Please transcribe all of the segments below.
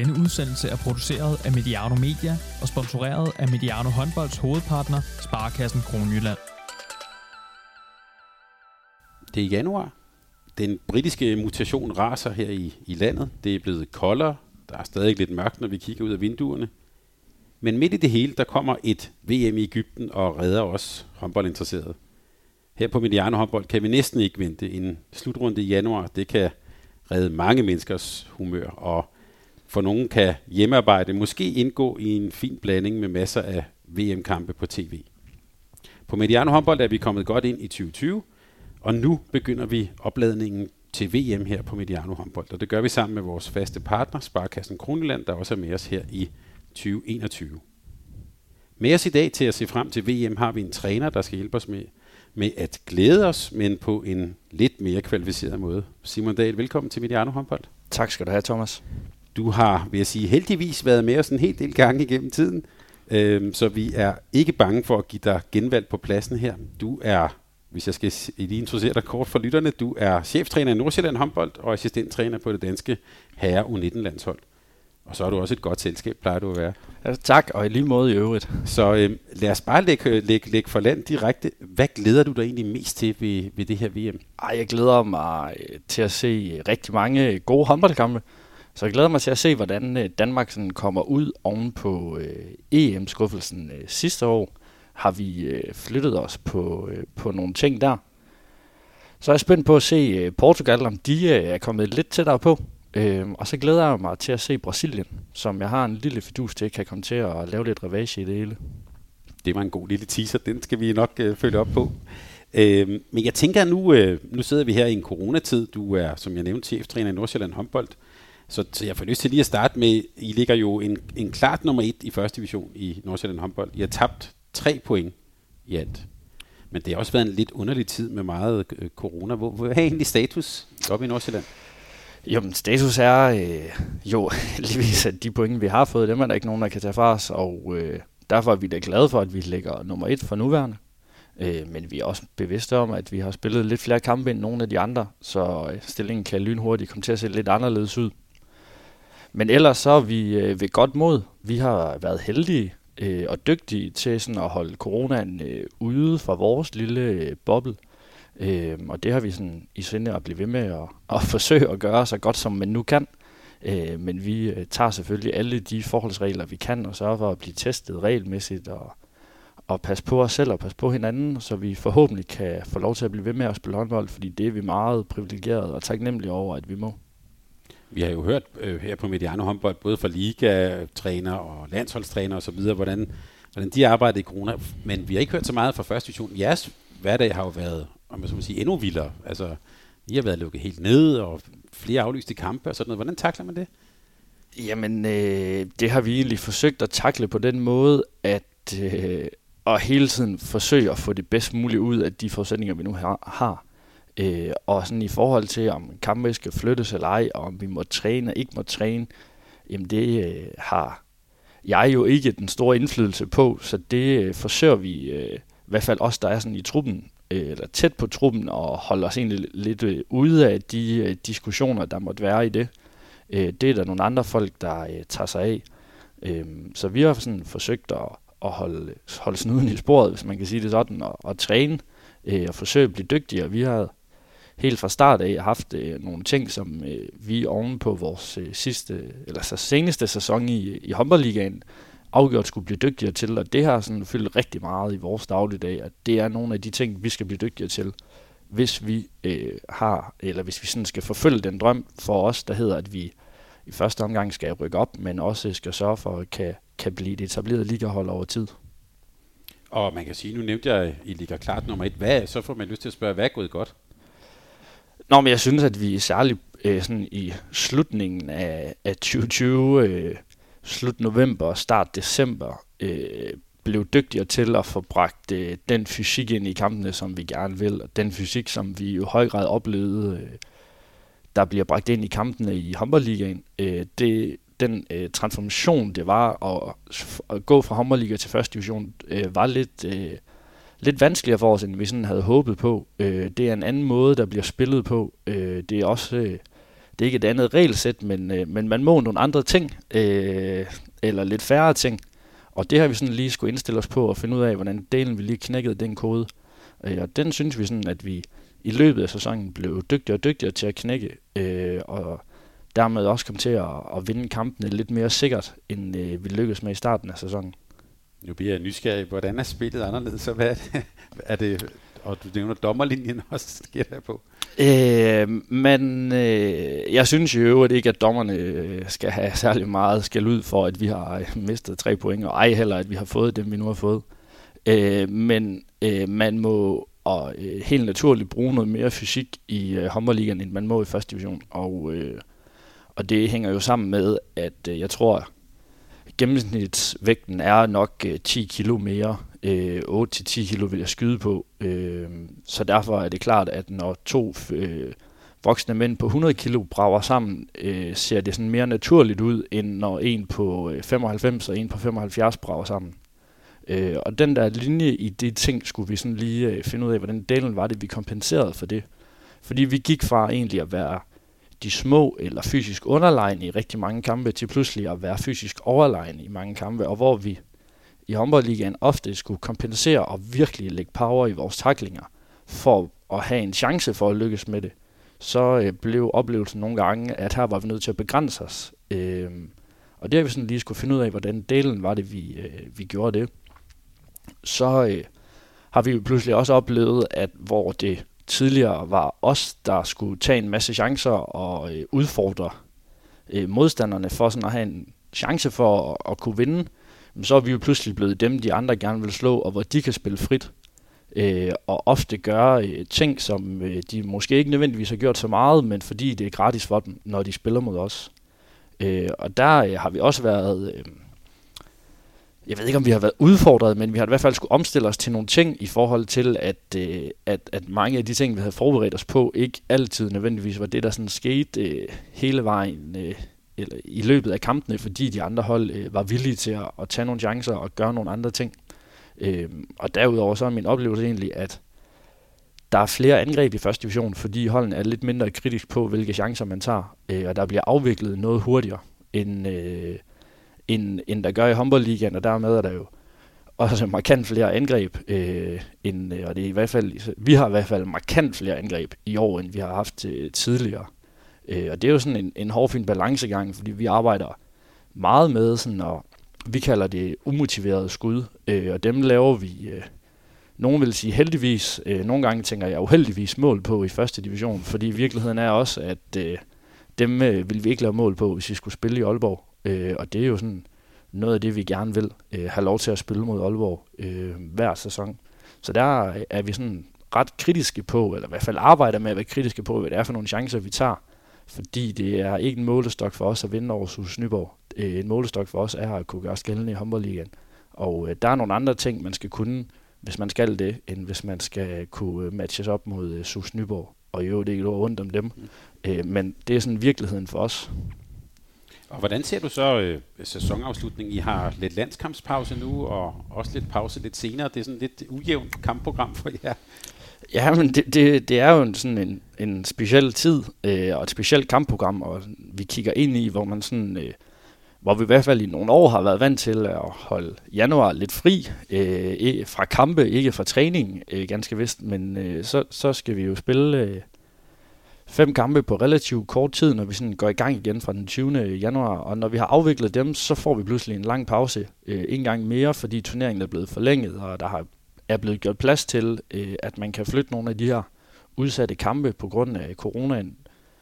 Denne udsendelse er produceret af Mediano Media og sponsoreret af Mediano Håndbolds hovedpartner, Sparekassen Kronjylland. Det er januar. Den britiske mutation raser her i landet. Det er blevet koldere. Der er stadig lidt mørkt, når vi kigger ud af vinduerne. Men midt i det hele, der kommer et VM i Egypten og redder os håndboldinteresserede. Her på Mediano Håndbold kan vi næsten ikke vente. En slutrunde i januar, det kan redde mange menneskers humør, og for nogen kan hjemmearbejde måske indgå i en fin blanding med masser af VM-kampe på tv. På Mediano Håndbold er vi kommet godt ind i 2020, og nu begynder vi opladningen til VM her på Mediano Håndbold, og det gør vi sammen med vores faste partner, Sparekassen Kronjylland, der også er med os her i 2021. Med os i dag til at se frem til VM har vi en træner, der skal hjælpe os med at glæde os, men på en lidt mere kvalificeret måde. Simon Dahl, velkommen til Mediano Håndbold. Tak skal du have, Thomas. Du har, vil jeg sige, heldigvis været med os en hel del gange igennem tiden, så vi er ikke bange for at give dig genvalg på pladsen her. Du er, hvis jeg skal lige introducere dig kort for lytterne, du er cheftræner i Nordsjælland Håndbold og assistenttræner på det danske herre U19-landshold. Og så er du også et godt selskab, plejer du at være. Ja, tak, og i lige måde i øvrigt. Så lad os bare lægge for land direkte. Hvad glæder du dig egentlig mest til ved det her VM? Jeg glæder mig til at se rigtig mange gode håndboldkampe. Så jeg glæder mig til at se, hvordan Danmark sådan kommer ud oven på EM-skuffelsen sidste år. Har vi flyttet os på nogle ting der. Så er jeg spændt på at se Portugal, om de er kommet lidt tættere på. Og så glæder jeg mig til at se Brasilien, som jeg har en lille fidus til, kan komme til at lave lidt revage i det hele. Det var en god lille teaser, den skal vi nok følge op på. Men jeg tænker, nu sidder vi her i en coronatid. Du er, som jeg nævnte, cheftræner i Nordsjælland Håndbold. Så jeg får lyst til lige at starte med, I ligger jo en klart nummer 1 i første division i Nordsjælland Håndbold. I har tabt 3 point i alt. Men det har også været en lidt underlig tid med meget corona. Hvor er egentlig status oppe i Nordsjælland? Jamen, status er jo heldigvis, at de point, vi har fået, dem er der ikke nogen, der kan tage fra os, og derfor er vi da glade for, at vi ligger nummer 1 for nuværende. Men vi er også bevidste om, at vi har spillet lidt flere kampe end nogle af de andre, så stillingen kan lynhurtigt komme til at se lidt anderledes ud. Men ellers så er vi ved godt mod. Vi har været heldige og dygtige til sådan at holde coronaen ude fra vores lille boble. Og det har vi sådan i sinde at blive ved med at forsøge at gøre så godt som man nu kan. Men vi tager selvfølgelig alle de forholdsregler vi kan og sørger for at blive testet regelmæssigt og passe på os selv og passe på hinanden, så vi forhåbentlig kan få lov til at blive ved med at spille håndbold, fordi det er vi meget privilegerede og taknemmelige over, at vi må. Vi har jo hørt her på Mediano Håndbold, både fra ligatræner og landsholdstræner osv., hvordan de arbejder i corona, men vi har ikke hørt så meget fra første division. Jeres hverdag har jo været, om man så må sige, endnu vildere. Altså, I har været lukket helt ned, og flere aflyste kampe og sådan noget. Hvordan takler man det? Jamen, det har vi egentlig forsøgt at takle på den måde, at og hele tiden forsøge at få det bedst muligt ud af de forudsætninger, vi nu har. Og sådan i forhold til, om kampe skal flyttes eller ej, og om vi må træne og ikke må træne, jamen det har jeg jo ikke den store indflydelse på, så det forsøger vi, i hvert fald os, der er sådan i truppen, eller tæt på truppen, og holde os egentlig lidt ude af de diskussioner, der måtte være i det. Det er der nogle andre folk, der tager sig af. Så vi har sådan forsøgt at holde snuden i sporet, hvis man kan sige det sådan, og træne og forsøge at blive dygtigere. Vi har helt fra start af haft nogle ting, som vi oven på vores seneste sæson i håndboldligaen afgjort skulle blive dygtigere til, og det har sådan fyldt rigtig meget i vores dagligdag, at det er nogle af de ting, vi skal blive dygtigere til, hvis vi hvis vi sådan skal forfølge den drøm for os, der hedder, at vi i første omgang skal rykke op, men også skal sørge for at kan blive et etableret ligahold over tid. Og man kan sige, nu nævnte jeg, at I ligger klart nummer 1. Så får man lyst til at spørge, hvad er gået godt? Men jeg synes, at vi særligt sådan i slutningen af 2020, slut november og start december, blev dygtigere til at få bragt den fysik ind i kampene, som vi gerne vil, og den fysik, som vi i høj grad oplevede, der bliver bragt ind i kampene i håndboldligaen. Den transformation, det var at gå fra håndboldliga til første division, var lidt vanskeligere for os, end vi sådan havde håbet på. Det er en anden måde, der bliver spillet på. Det er også det er ikke et andet regelsæt, men man må nogle andre ting, eller lidt færre ting. Og det har vi sådan lige skulle indstille os på og finde ud af, hvordan delen vi lige knækkede den kode. Og den synes vi sådan, at vi i løbet af sæsonen blev dygtigere og dygtigere til at knække, og dermed også kom til at vinde kampene lidt mere sikkert, end vi lykkedes med i starten af sæsonen. Nu bliver jeg nysgerrig. Hvordan er spillet anderledes? Så hvad er det? Og du nævner dommerlinjen også, sker der på? Jeg synes jo ikke, at dommerne skal have særlig meget skæld ud for, at vi har mistet 3 point, og ej heller, at vi har fået dem, vi nu har fået. Men man må helt naturligt bruge noget mere fysik i håndboldligaen, end man må i første division. Og det hænger jo sammen med, at jeg tror, gennemsnitsvægten er nok 10 kilo mere. 8-10 kilo vil jeg skyde på. Så derfor er det klart, at når 2 voksne mænd på 100 kilo brager sammen, ser det sådan mere naturligt ud, end når en på 95 og en på 75 brager sammen. Og den der linje i de ting, skulle vi sådan lige finde ud af, hvordan delen var det, vi kompenserede for det. Fordi vi gik fra egentlig at være de små eller fysisk underlegne i rigtig mange kampe, til pludselig at være fysisk overlegne i mange kampe, og hvor vi i håndboldligaen ofte skulle kompensere og virkelig lægge power i vores tacklinger, for at have en chance for at lykkes med det, så blev oplevelsen nogle gange, at her var vi nødt til at begrænse os. Og det har vi sådan lige skulle finde ud af, hvordan delen var det, vi gjorde det. Så har vi jo pludselig også oplevet, at hvor det tidligere var os, der skulle tage en masse chancer og udfordre modstanderne for sådan at have en chance for at kunne vinde, så er vi jo pludselig blevet dem, de andre gerne vil slå, og hvor de kan spille frit. Og ofte gøre ting, som de måske ikke nødvendigvis har gjort så meget, men fordi det er gratis for dem, når de spiller mod os. Og der har vi også været... Jeg ved ikke, om vi har været udfordret, men vi har i hvert fald skulle omstille os til nogle ting i forhold til, at mange af de ting, vi havde forberedt os på, ikke altid nødvendigvis var det, der sådan skete hele vejen eller i løbet af kampene, fordi de andre hold var villige til at tage nogle chancer og gøre nogle andre ting. Og derudover så er min oplevelse egentlig, at der er flere angreb i første division, fordi holdene er lidt mindre kritisk på, hvilke chancer man tager, og der bliver afviklet noget hurtigere, end der gør i håndboldligaen, og dermed er der jo også markant flere angreb, og det er i hvert fald, vi har i hvert fald markant flere angreb i år, end vi har haft tidligere. Og det er jo sådan en hårfin balancegang, fordi vi arbejder meget med sådan, og vi kalder det umotiverede skud, og dem laver vi, nogen vil sige heldigvis, nogle gange tænker jeg uheldigvis mål på i første division, fordi virkeligheden er også, at dem vil vi ikke lave mål på, hvis vi skulle spille i Aalborg. Og det er jo sådan noget af det, vi gerne vil have lov til at spille mod Aalborg hver sæson. Så der er vi sådan ret kritiske på, eller i hvert fald arbejder med at være kritiske på, hvad det er for nogle chancer, vi tager. Fordi det er ikke en målestok for os at vinde over SUS Nyborg. En målestok for os er at kunne gøre os gældende i håndboldligaen. Og der er nogle andre ting, man skal kunne, hvis man skal det, end hvis man skal kunne matches op mod SUS Nyborg. Og jo, det er ikke noget rundt om dem. Men det er sådan virkeligheden for os. Og hvordan ser du så sæsonafslutningen? I har lidt landskampspause nu, og også lidt pause lidt senere. Det er sådan lidt ujævnt kampprogram for jer. Ja, men det er jo sådan en speciel tid og et specielt kampprogram, og vi kigger ind i, hvor man sådan, hvor vi i hvert fald i nogle år har været vant til at holde januar lidt fri fra kampe, ikke fra træning, ganske vist, men så skal vi jo spille 5 kampe på relativt kort tid, når vi sådan går i gang igen fra den 20. januar, og når vi har afviklet dem, så får vi pludselig en lang pause, en gang mere, fordi turneringen er blevet forlænget, og der er blevet gjort plads til, at man kan flytte nogle af de her udsatte kampe på grund af coronaen.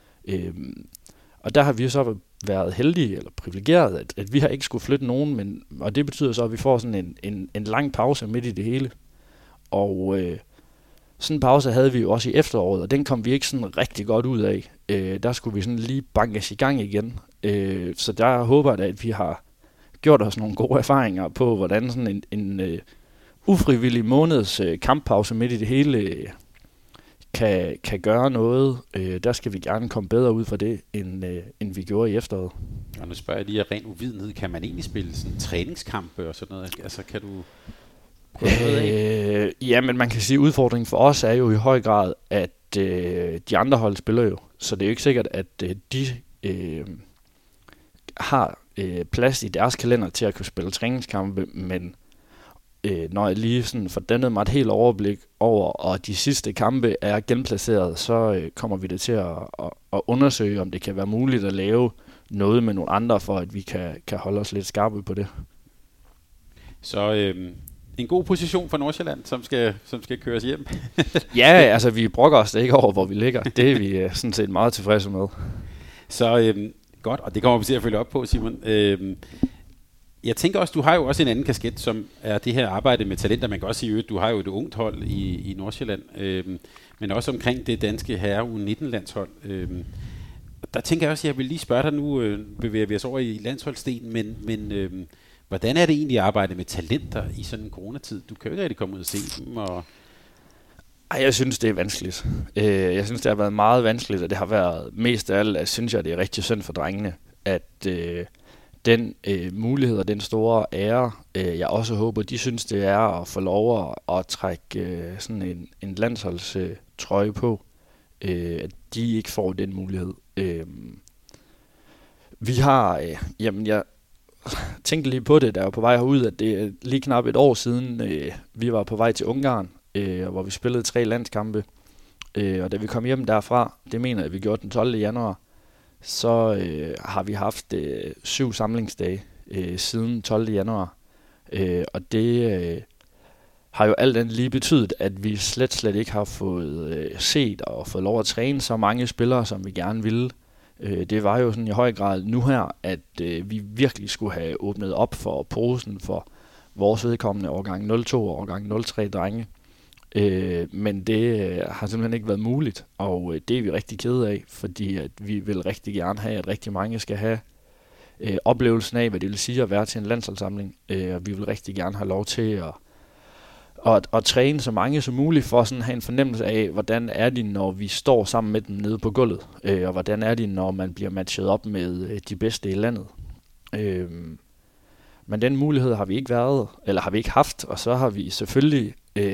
Og der har vi så været heldige eller privilegerede, at vi har ikke skulle flytte nogen, og det betyder så, at vi får sådan en lang pause midt i det hele. Og sådan en pause havde vi jo også i efteråret, og den kom vi ikke sådan rigtig godt ud af. Der skulle vi sådan lige bankes i gang igen. Så der håber jeg, at vi har gjort os nogle gode erfaringer på, hvordan sådan en ufrivillig måneds kamppause midt i det hele kan gøre noget. Der skal vi gerne komme bedre ud fra det, end vi gjorde i efteråret. Og nu spørger jeg lige af ren uvidenhed, kan man egentlig spille sådan træningskampe og sådan noget? Altså kan du prøve noget af? Ja, men man kan sige, at udfordringen for os er jo i høj grad, at de andre hold spiller jo. så det er jo ikke sikkert, at de har plads i deres kalender til at kunne spille træningskampe, men når jeg lige sådan får dannet mig et helt overblik over, og de sidste kampe er genplaceret, så kommer vi det til at undersøge, om det kan være muligt at lave noget med nogle andre, for at vi kan holde os lidt skarpe på det. Så en god position for Nordsjælland, som skal køres hjem. Ja, altså vi brokker os da ikke over, hvor vi ligger. Det er vi sådan set meget tilfredse med. Så godt, og det kommer vi til at følge op på, Simon. Jeg tænker også, du har jo også en anden kasket, som er det her arbejde med talenter. Man kan også sige, at du har jo et ungt hold i Nordsjælland, men også omkring det danske herre U19-landshold. Der tænker jeg også, at jeg vil lige spørge dig, nu bevæger vi os over i landsholdsdelen, men hvordan er det egentlig at arbejde med talenter i sådan en coronatid? Du kan jo ikke rigtig komme ud og se dem. Ej, jeg synes, det er vanskeligt. Jeg synes, det har været meget vanskeligt, og det har været mest af alt, at synes jeg, det er rigtig synd for drengene, at den mulighed og den store ære, jeg også håber, de synes, det er at få lov at trække sådan en landsholdstrøje på, at de ikke får den mulighed. Vi har, jeg tænkte lige på det, der var på vej herud, at det er lige knap et år siden, vi var på vej til Ungarn, hvor vi spillede 3 landskampe, og da vi kom hjem derfra, det mener jeg, at vi gjorde den 12. januar, så har vi haft 7 samlingsdage siden 12. januar, og det har jo alt andet lige betydet, at vi slet ikke har fået set og fået lov at træne så mange spillere, som vi gerne ville. Det var jo sådan i høj grad nu her, at vi virkelig skulle have åbnet op for posen for vores vedkommende årgang 02 og årgang 03 drenge. Men det har simpelthen ikke været muligt, og det er vi rigtig kede af, fordi at vi vil rigtig gerne have, at rigtig mange skal have oplevelsen af, hvad det vil sige at være til en landsholdssamling. Og vi vil rigtig gerne have lov til at træne så mange som muligt, for sådan at have en fornemmelse af, hvordan er de, når vi står sammen med dem nede på gulvet, og hvordan er de, når man bliver matchet op med de bedste i landet. Men den mulighed har vi ikke har vi ikke haft, og så har vi selvfølgelig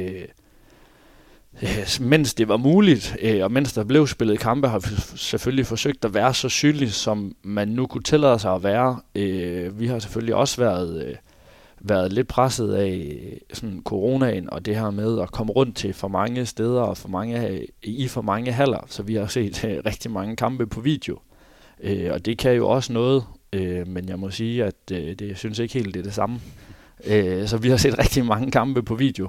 mens det var muligt, og mens der blev spillet kampe, har vi selvfølgelig forsøgt at være så synlige, som man nu kunne tillade sig at være. Vi har selvfølgelig også været lidt presset af sådan coronaen, og det her med at komme rundt til for mange steder og i for mange haller, så vi har set rigtig mange kampe på video. Og det kan jo også noget, men jeg må sige, at jeg synes ikke helt, det er det samme. Så vi har set rigtig mange kampe på video.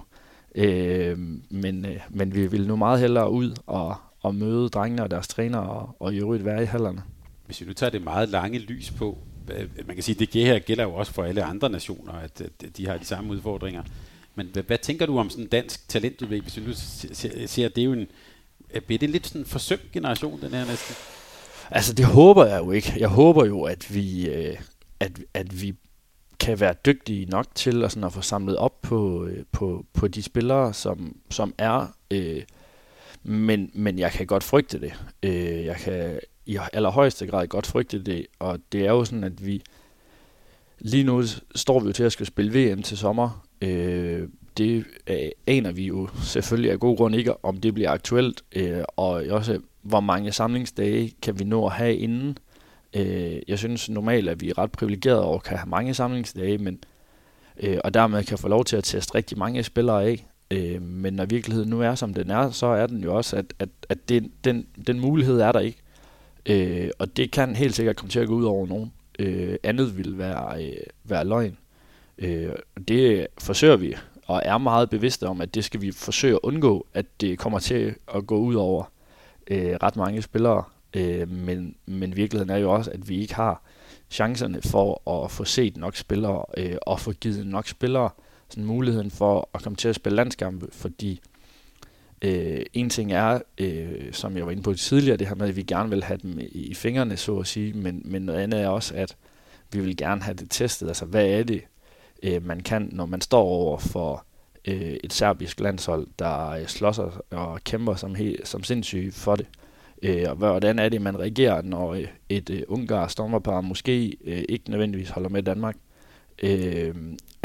Men vi vil nu meget hellere ud og møde drengene og deres trænere og i øvrigt være i hallerne. Hvis vi nu tager det meget lange lys på, man kan sige, at det her gælder jo også for alle andre nationer, at de har de samme udfordringer. Men hvad tænker du om sådan en dansk talentudvikling? Hvis vi nu ser, det er jo bliver det lidt sådan en forsømt generation, den her næsten? Altså det håber jeg jo ikke. Jeg håber jo, at vi kan være dygtige nok til at få samlet op på de spillere, som er, men jeg kan godt frygte det. Jeg kan i allerhøjeste grad godt frygte det, og det er jo sådan, at vi lige nu står vi jo til at skal spille VM til sommer. Det aner vi jo selvfølgelig af god grund ikke, om det bliver aktuelt, og også hvor mange samlingsdage kan vi nå at have inden. Jeg synes normalt, at vi er ret privilegerede og kan have mange samlingsdage, og dermed kan få lov til at teste rigtig mange spillere af. Men når virkeligheden nu er, som den er, så er den jo også, at den mulighed er der ikke. Og det kan helt sikkert komme til at gå ud over nogen. Andet vil være løgn. Det forsøger vi, og er meget bevidste om, at det skal vi forsøge at undgå, at det kommer til at gå ud over ret mange spillere. Men virkeligheden er jo også, at vi ikke har chancerne for at få set nok spillere og få givet nok spillere sådan muligheden for at komme til at spille landskampe, fordi en ting er, som jeg var inde på tidligere, det her med, at vi gerne vil have dem i fingrene, så at sige, men noget andet er også, at vi vil gerne have det testet. Altså, hvad er det, man kan, når man står over for et serbisk landshold, der slår sig og kæmper som sindssyge for det. Og hvordan er det, man reagerer, når et ungarsk dommerpar måske ikke nødvendigvis holder med Danmark.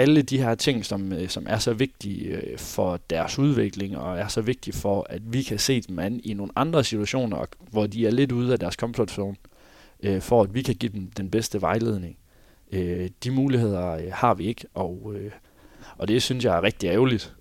alle de her ting, som er så vigtige for deres udvikling, og er så vigtige for, at vi kan se dem an i nogle andre situationer, hvor de er lidt ude af deres comfort zone, for at vi kan give dem den bedste vejledning. De muligheder har vi ikke, og det synes jeg er rigtig ærgerligt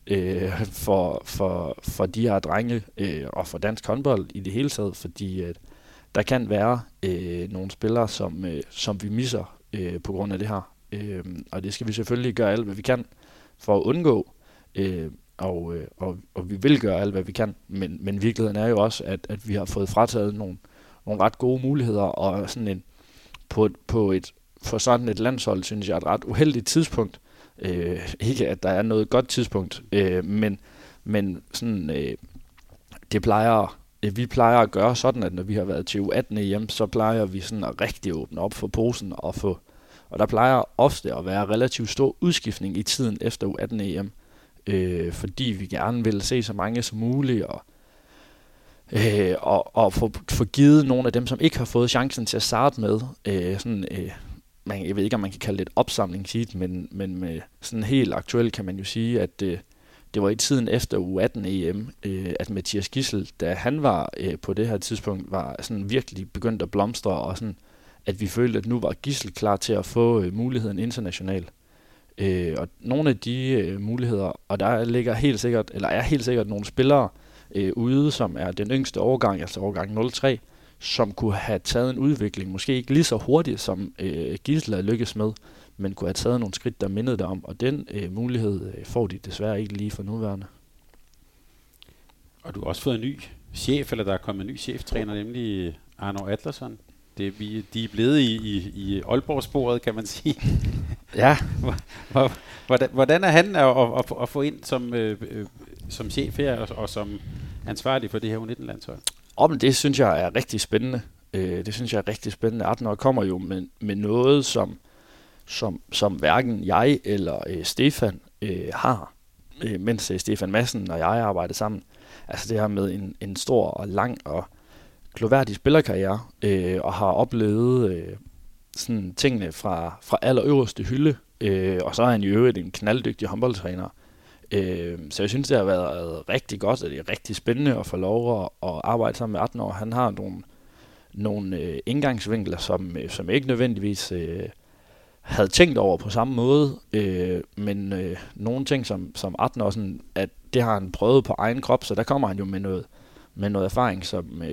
for de her drenge og for dansk håndbold i det hele taget, fordi der kan være nogle spillere, som vi misser på grund af det her. Og det skal vi selvfølgelig gøre alt, hvad vi kan for at undgå, og vi vil gøre alt, hvad vi kan, men virkeligheden er jo også, at vi har fået frataget nogle ret gode muligheder, og sådan for sådan et landshold, synes jeg, er et ret uheldigt tidspunkt. Ikke at der er noget godt tidspunkt, men sådan, vi plejer at gøre sådan, at når vi har været til U18-EM, så plejer vi sådan at rigtig åbne op for posen og der plejer ofte at være relativt stor udskiftning i tiden efter U18-EM, fordi vi gerne vil se så mange som muligt, og få givet nogle af dem, som ikke har fået chancen til at starte med, jeg ved ikke, om man kan kalde det et opsamlingsheat, men sådan helt aktuelt kan man jo sige, at det var i tiden efter U18-EM, at Mathias Gissel, da han var på det her tidspunkt, var sådan virkelig begyndt at blomstre, og sådan, at vi følte, at nu var Gissel klar til at få muligheden internationalt. Og nogle af de muligheder, og der er helt sikkert nogle spillere ude, som er den yngste årgang, altså årgang 03, som kunne have taget en udvikling, måske ikke lige så hurtigt, som Gissel er lykkes med, men kunne have taget nogle skridt, der mindede dig om, og den mulighed får de desværre ikke lige for nuværende. Og du har også fået en ny chef, eller der er kommet en ny cheftræner, nemlig Arno Adlersson. De er blevet i Aalborg-sporet, kan man sige. Ja. Hvordan er han at få ind som chef her, og som ansvarlig for det her U19-landshold? Men det synes jeg er rigtig spændende. Adlersson kommer jo med noget, som hverken jeg eller Stefan har, mens Stefan Madsen og jeg arbejder sammen. Altså det her med en stor og lang og gloværdig spillerkarriere, og har oplevet sådan tingene fra allerøverste hylde, og så er han i øvrigt en knalddygtig håndboldtræner. Så jeg synes, det har været rigtig godt, og det er rigtig spændende at få lov at arbejde sammen med Adlersson. Han har nogle indgangsvinkler, som ikke nødvendigvis havde tænkt over på samme måde, men nogle ting som Adlersson, at det har han prøvet på egen krop, så der kommer han jo med noget erfaring,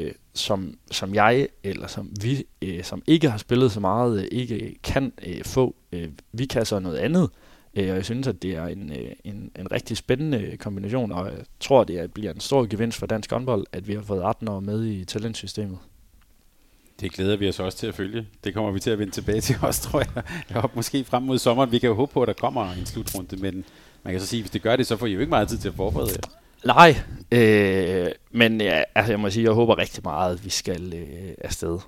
som jeg, eller som vi, som ikke har spillet så meget, ikke kan få. Vi kan så noget andet, og jeg synes, at det er en rigtig spændende kombination, og jeg tror, det bliver en stor gevinst for dansk håndbold, at vi har fået 18 år med i talentsystemet. Det glæder vi os også til at følge. Det kommer vi til at vende tilbage til også, tror jeg. Jeg håber måske frem mod sommeren. Vi kan jo håbe på, at der kommer en slutrunde, men man kan så sige, at hvis det gør det, så får I jo ikke meget tid til at forberede jer. Nej, men ja, altså jeg må sige, at jeg håber rigtig meget, at vi skal afsted.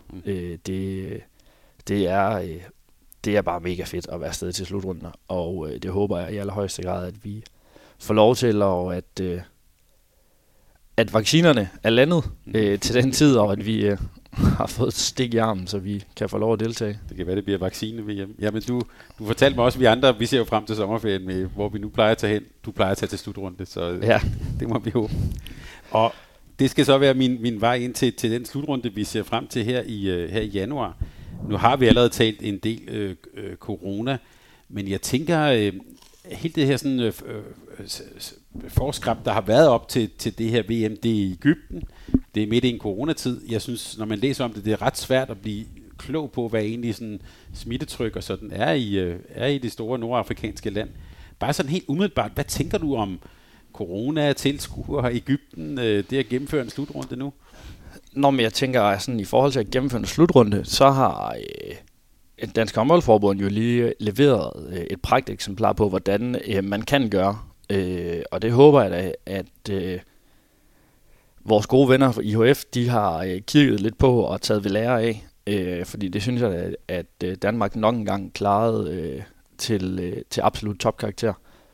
Det er bare mega fedt at være afsted til slutrunden, og det håber jeg i allerhøjeste grad, at vi får lov til, og at vaccinerne er landet til den tid, og at vi har fået et stik i armen, så vi kan få lov at deltage. Det kan være, det bliver vaccine-VM. Jamen, du fortalte mig også, at vi andre, vi ser jo frem til sommerferien, med, hvor vi nu plejer at tage hen. Du plejer at tage til slutrunde, så ja. Det må vi håbe. Og det skal så være min vej ind til den slutrunde, vi ser frem til her i januar. Nu har vi allerede talt en del corona, men jeg tænker, helt det her sådan forskræb, der har været op til det her VM, det er i Egypten. Det er midt i en coronatid. Jeg synes, når man læser om det, det er ret svært at blive klog på, hvad egentlig sådan smittetryk og sådan er i det store nordafrikanske land. Bare sådan helt umiddelbart, hvad tænker du om corona, tilskuere, Egypten, det at gennemføre en slutrunde nu? Men jeg tænker, sådan, i forhold til at gennemføre en slutrunde, så har Dansk Håndboldforbund jo lige leveret et pragteksemplar på, hvordan man kan gøre. Og det håber jeg da, at vores gode venner fra IHF, de har kigget lidt på og taget ved lære af. Fordi det synes jeg da, at Danmark nok engang klarede til absolut topkarakter.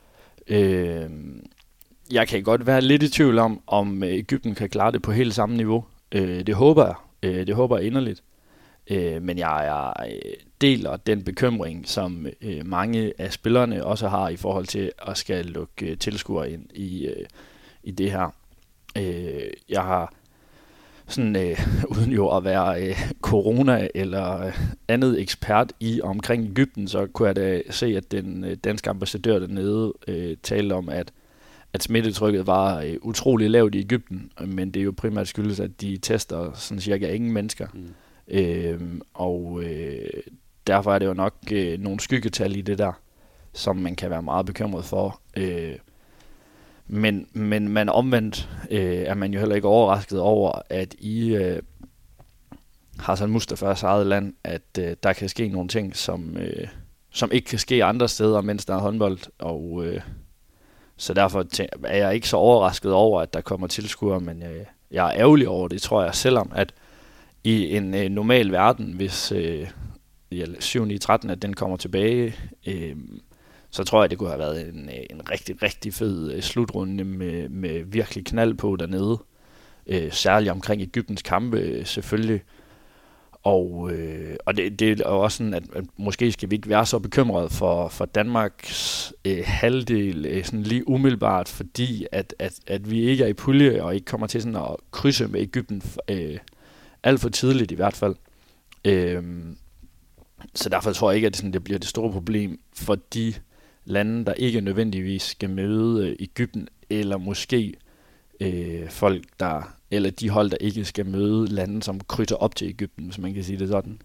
Jeg kan godt være lidt i tvivl om Egypten kan klare det på helt samme niveau. Det håber jeg inderligt. Men jeg deler den bekymring, som mange af spillerne også har i forhold til at skal lukke tilskuere ind i det her. Jeg har sådan, uden jo at være corona eller andet ekspert omkring Egypten, så kunne jeg da se, at den danske ambassadør dernede talte om, at smittetrykket var utrolig lavt i Egypten, men det er jo primært skyldes, at de tester sådan cirka ingen mennesker. Derfor er det jo nok nogle skyggetal i det der, som man kan være meget bekymret for. Men man omvendt er man jo heller ikke overrasket over, at i Hassan Mustafas eget land, at der kan ske nogle ting, som ikke kan ske andre steder, mens der er håndbold. Så derfor er jeg ikke så overrasket over, at der kommer tilskuere, men jeg er ærgerlig over det, tror jeg, selvom at i en normal verden, hvis 7-9-13, at den kommer tilbage, så tror jeg, det kunne have været en rigtig, rigtig fed slutrunde med virkelig knald på dernede. Særligt omkring Egyptens kampe, selvfølgelig. Og det er også sådan, at måske skal vi ikke være så bekymrede for Danmarks halvdel sådan lige umiddelbart, fordi at vi ikke er i pulje og ikke kommer til sådan at krydse med Egypten alt for tidligt i hvert fald. Så derfor tror jeg ikke, at det bliver det store problem for de lande, der ikke nødvendigvis skal møde Egypten, eller måske folk, eller de hold, der ikke skal møde lande, som krydser op til Egypten, hvis man kan sige det sådan.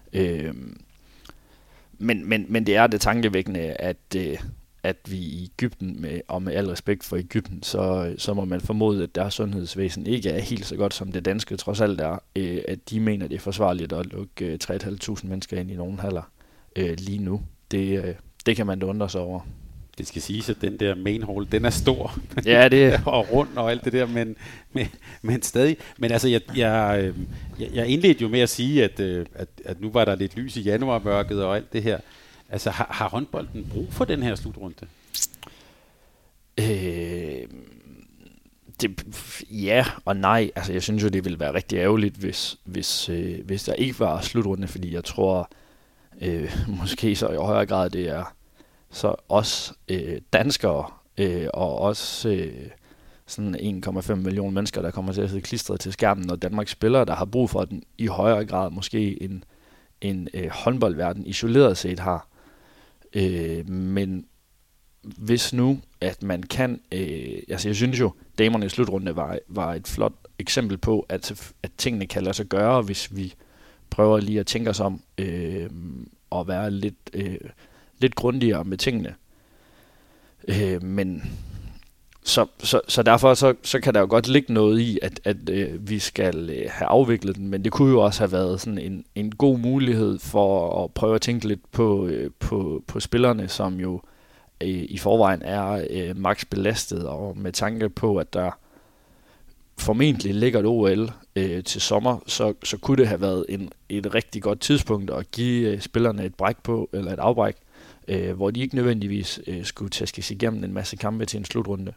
Men det er det tankevækkende, at vi i Egypten, og med al respekt for Egypten, så må man formode, at deres sundhedsvæsen ikke er helt så godt, som det danske trods alt er. At de mener, det er forsvarligt at lukke 3.500 mennesker ind i nogle haller lige nu. Det kan man da undre sig over. Det skal siges, at den der main hall, den er stor. Ja, det og rund og alt det der, men stadig. Men altså, jeg indledte jo med at sige, at nu var der lidt lys i januarmørket og alt det her. Altså, har håndbolden brug for den her slutrunde? Ja og nej. Altså, jeg synes jo, det ville være rigtig ærgerligt, hvis der ikke var slutrunde, fordi jeg tror, måske så i højere grad, det er så os danskere og også sådan 1,5 millioner mennesker, der kommer til at sidde klistret til skærmen, og Danmarks spillere, der har brug for den i højere grad, måske en håndboldverden isoleret set har. Men hvis nu, at man kan, altså jeg synes jo, damernes slutrunde var et flot eksempel på, at tingene kan lade sig gøre, hvis vi prøver lige at tænke os om og være lidt grundigere med tingene. Men så derfor så kan der jo godt ligge noget i, at vi skal have afviklet den, men det kunne jo også have været sådan en god mulighed for at prøve at tænke lidt på spillerne, som jo i forvejen er max belastet, og med tanke på, at der formentlig ligger et OL til sommer, så kunne det have været et rigtig godt tidspunkt at give spillerne et bræk på, eller et afbræk, hvor de ikke nødvendigvis skulle tæskes igennem en masse kampe til en slutrunde.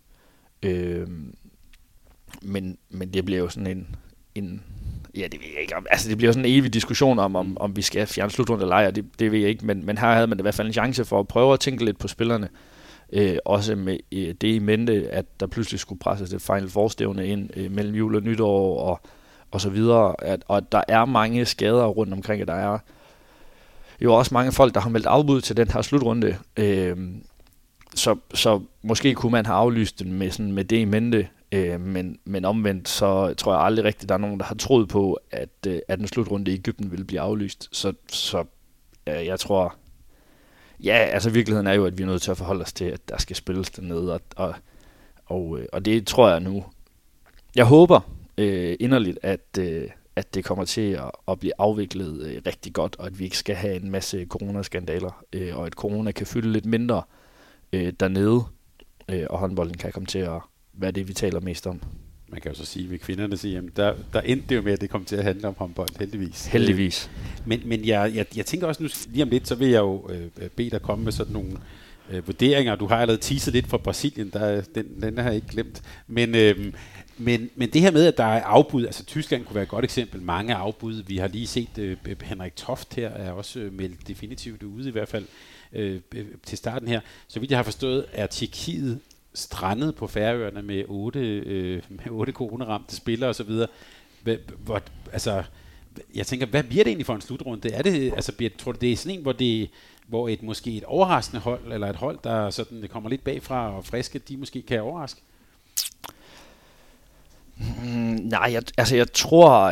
Men det bliver jo sådan en ja, det ved jeg ikke. Altså det bliver sådan en evig diskussion om vi skal fjerne slutrunde eller ej, og det ved jeg ikke, men her havde man da i hvert fald en chance for at prøve at tænke lidt på spillerne. Også med det i mente, at der pludselig skulle presses det Final Four-stævne ind mellem jul og nytår og så videre, og at der er mange skader rundt omkring, at der er jo også mange folk, der har meldt afbud til den her slutrunde, så måske kunne man have aflyst den med det i mente, men omvendt, så tror jeg aldrig rigtigt, der er nogen, der har troet på, at en slutrunde i Egypten ville blive aflyst, så jeg tror, ja, altså virkeligheden er jo, at vi er nødt til at forholde os til, at der skal spilles dernede, og det tror jeg nu. Jeg håber inderligt, at det kommer til at blive afviklet rigtig godt, og at vi ikke skal have en masse coronaskandaler, og at corona kan fylde lidt mindre dernede, og håndbolden kan komme til at være det, vi taler mest om. Man kan jo så sige ved kvinderne, at der endte det jo med, at det kom til at handle om håndbold, heldigvis. Heldigvis. Men jeg tænker også nu, lige om lidt, så vil jeg jo bede dig komme med sådan nogle vurderinger. Du har allerede teaset lidt fra Brasilien, den har jeg ikke glemt. Men Men det her med, at der er afbud, altså Tyskland kunne være et godt eksempel, mange afbud. Vi har lige set Henrik Toft her, er også meldt definitivt ude i hvert fald til starten her. Så vidt jeg har forstået, er Tjekkiet strandet på Færøerne med 8 coronaramte spillere osv. Altså, jeg tænker, hvad bliver det egentlig for en slutrunde? Er det, altså, tror du, det er sådan en, hvor måske et overraskende hold, eller et hold, der sådan, det kommer lidt bagfra og friske, de måske kan overraske? Nej, jeg tror,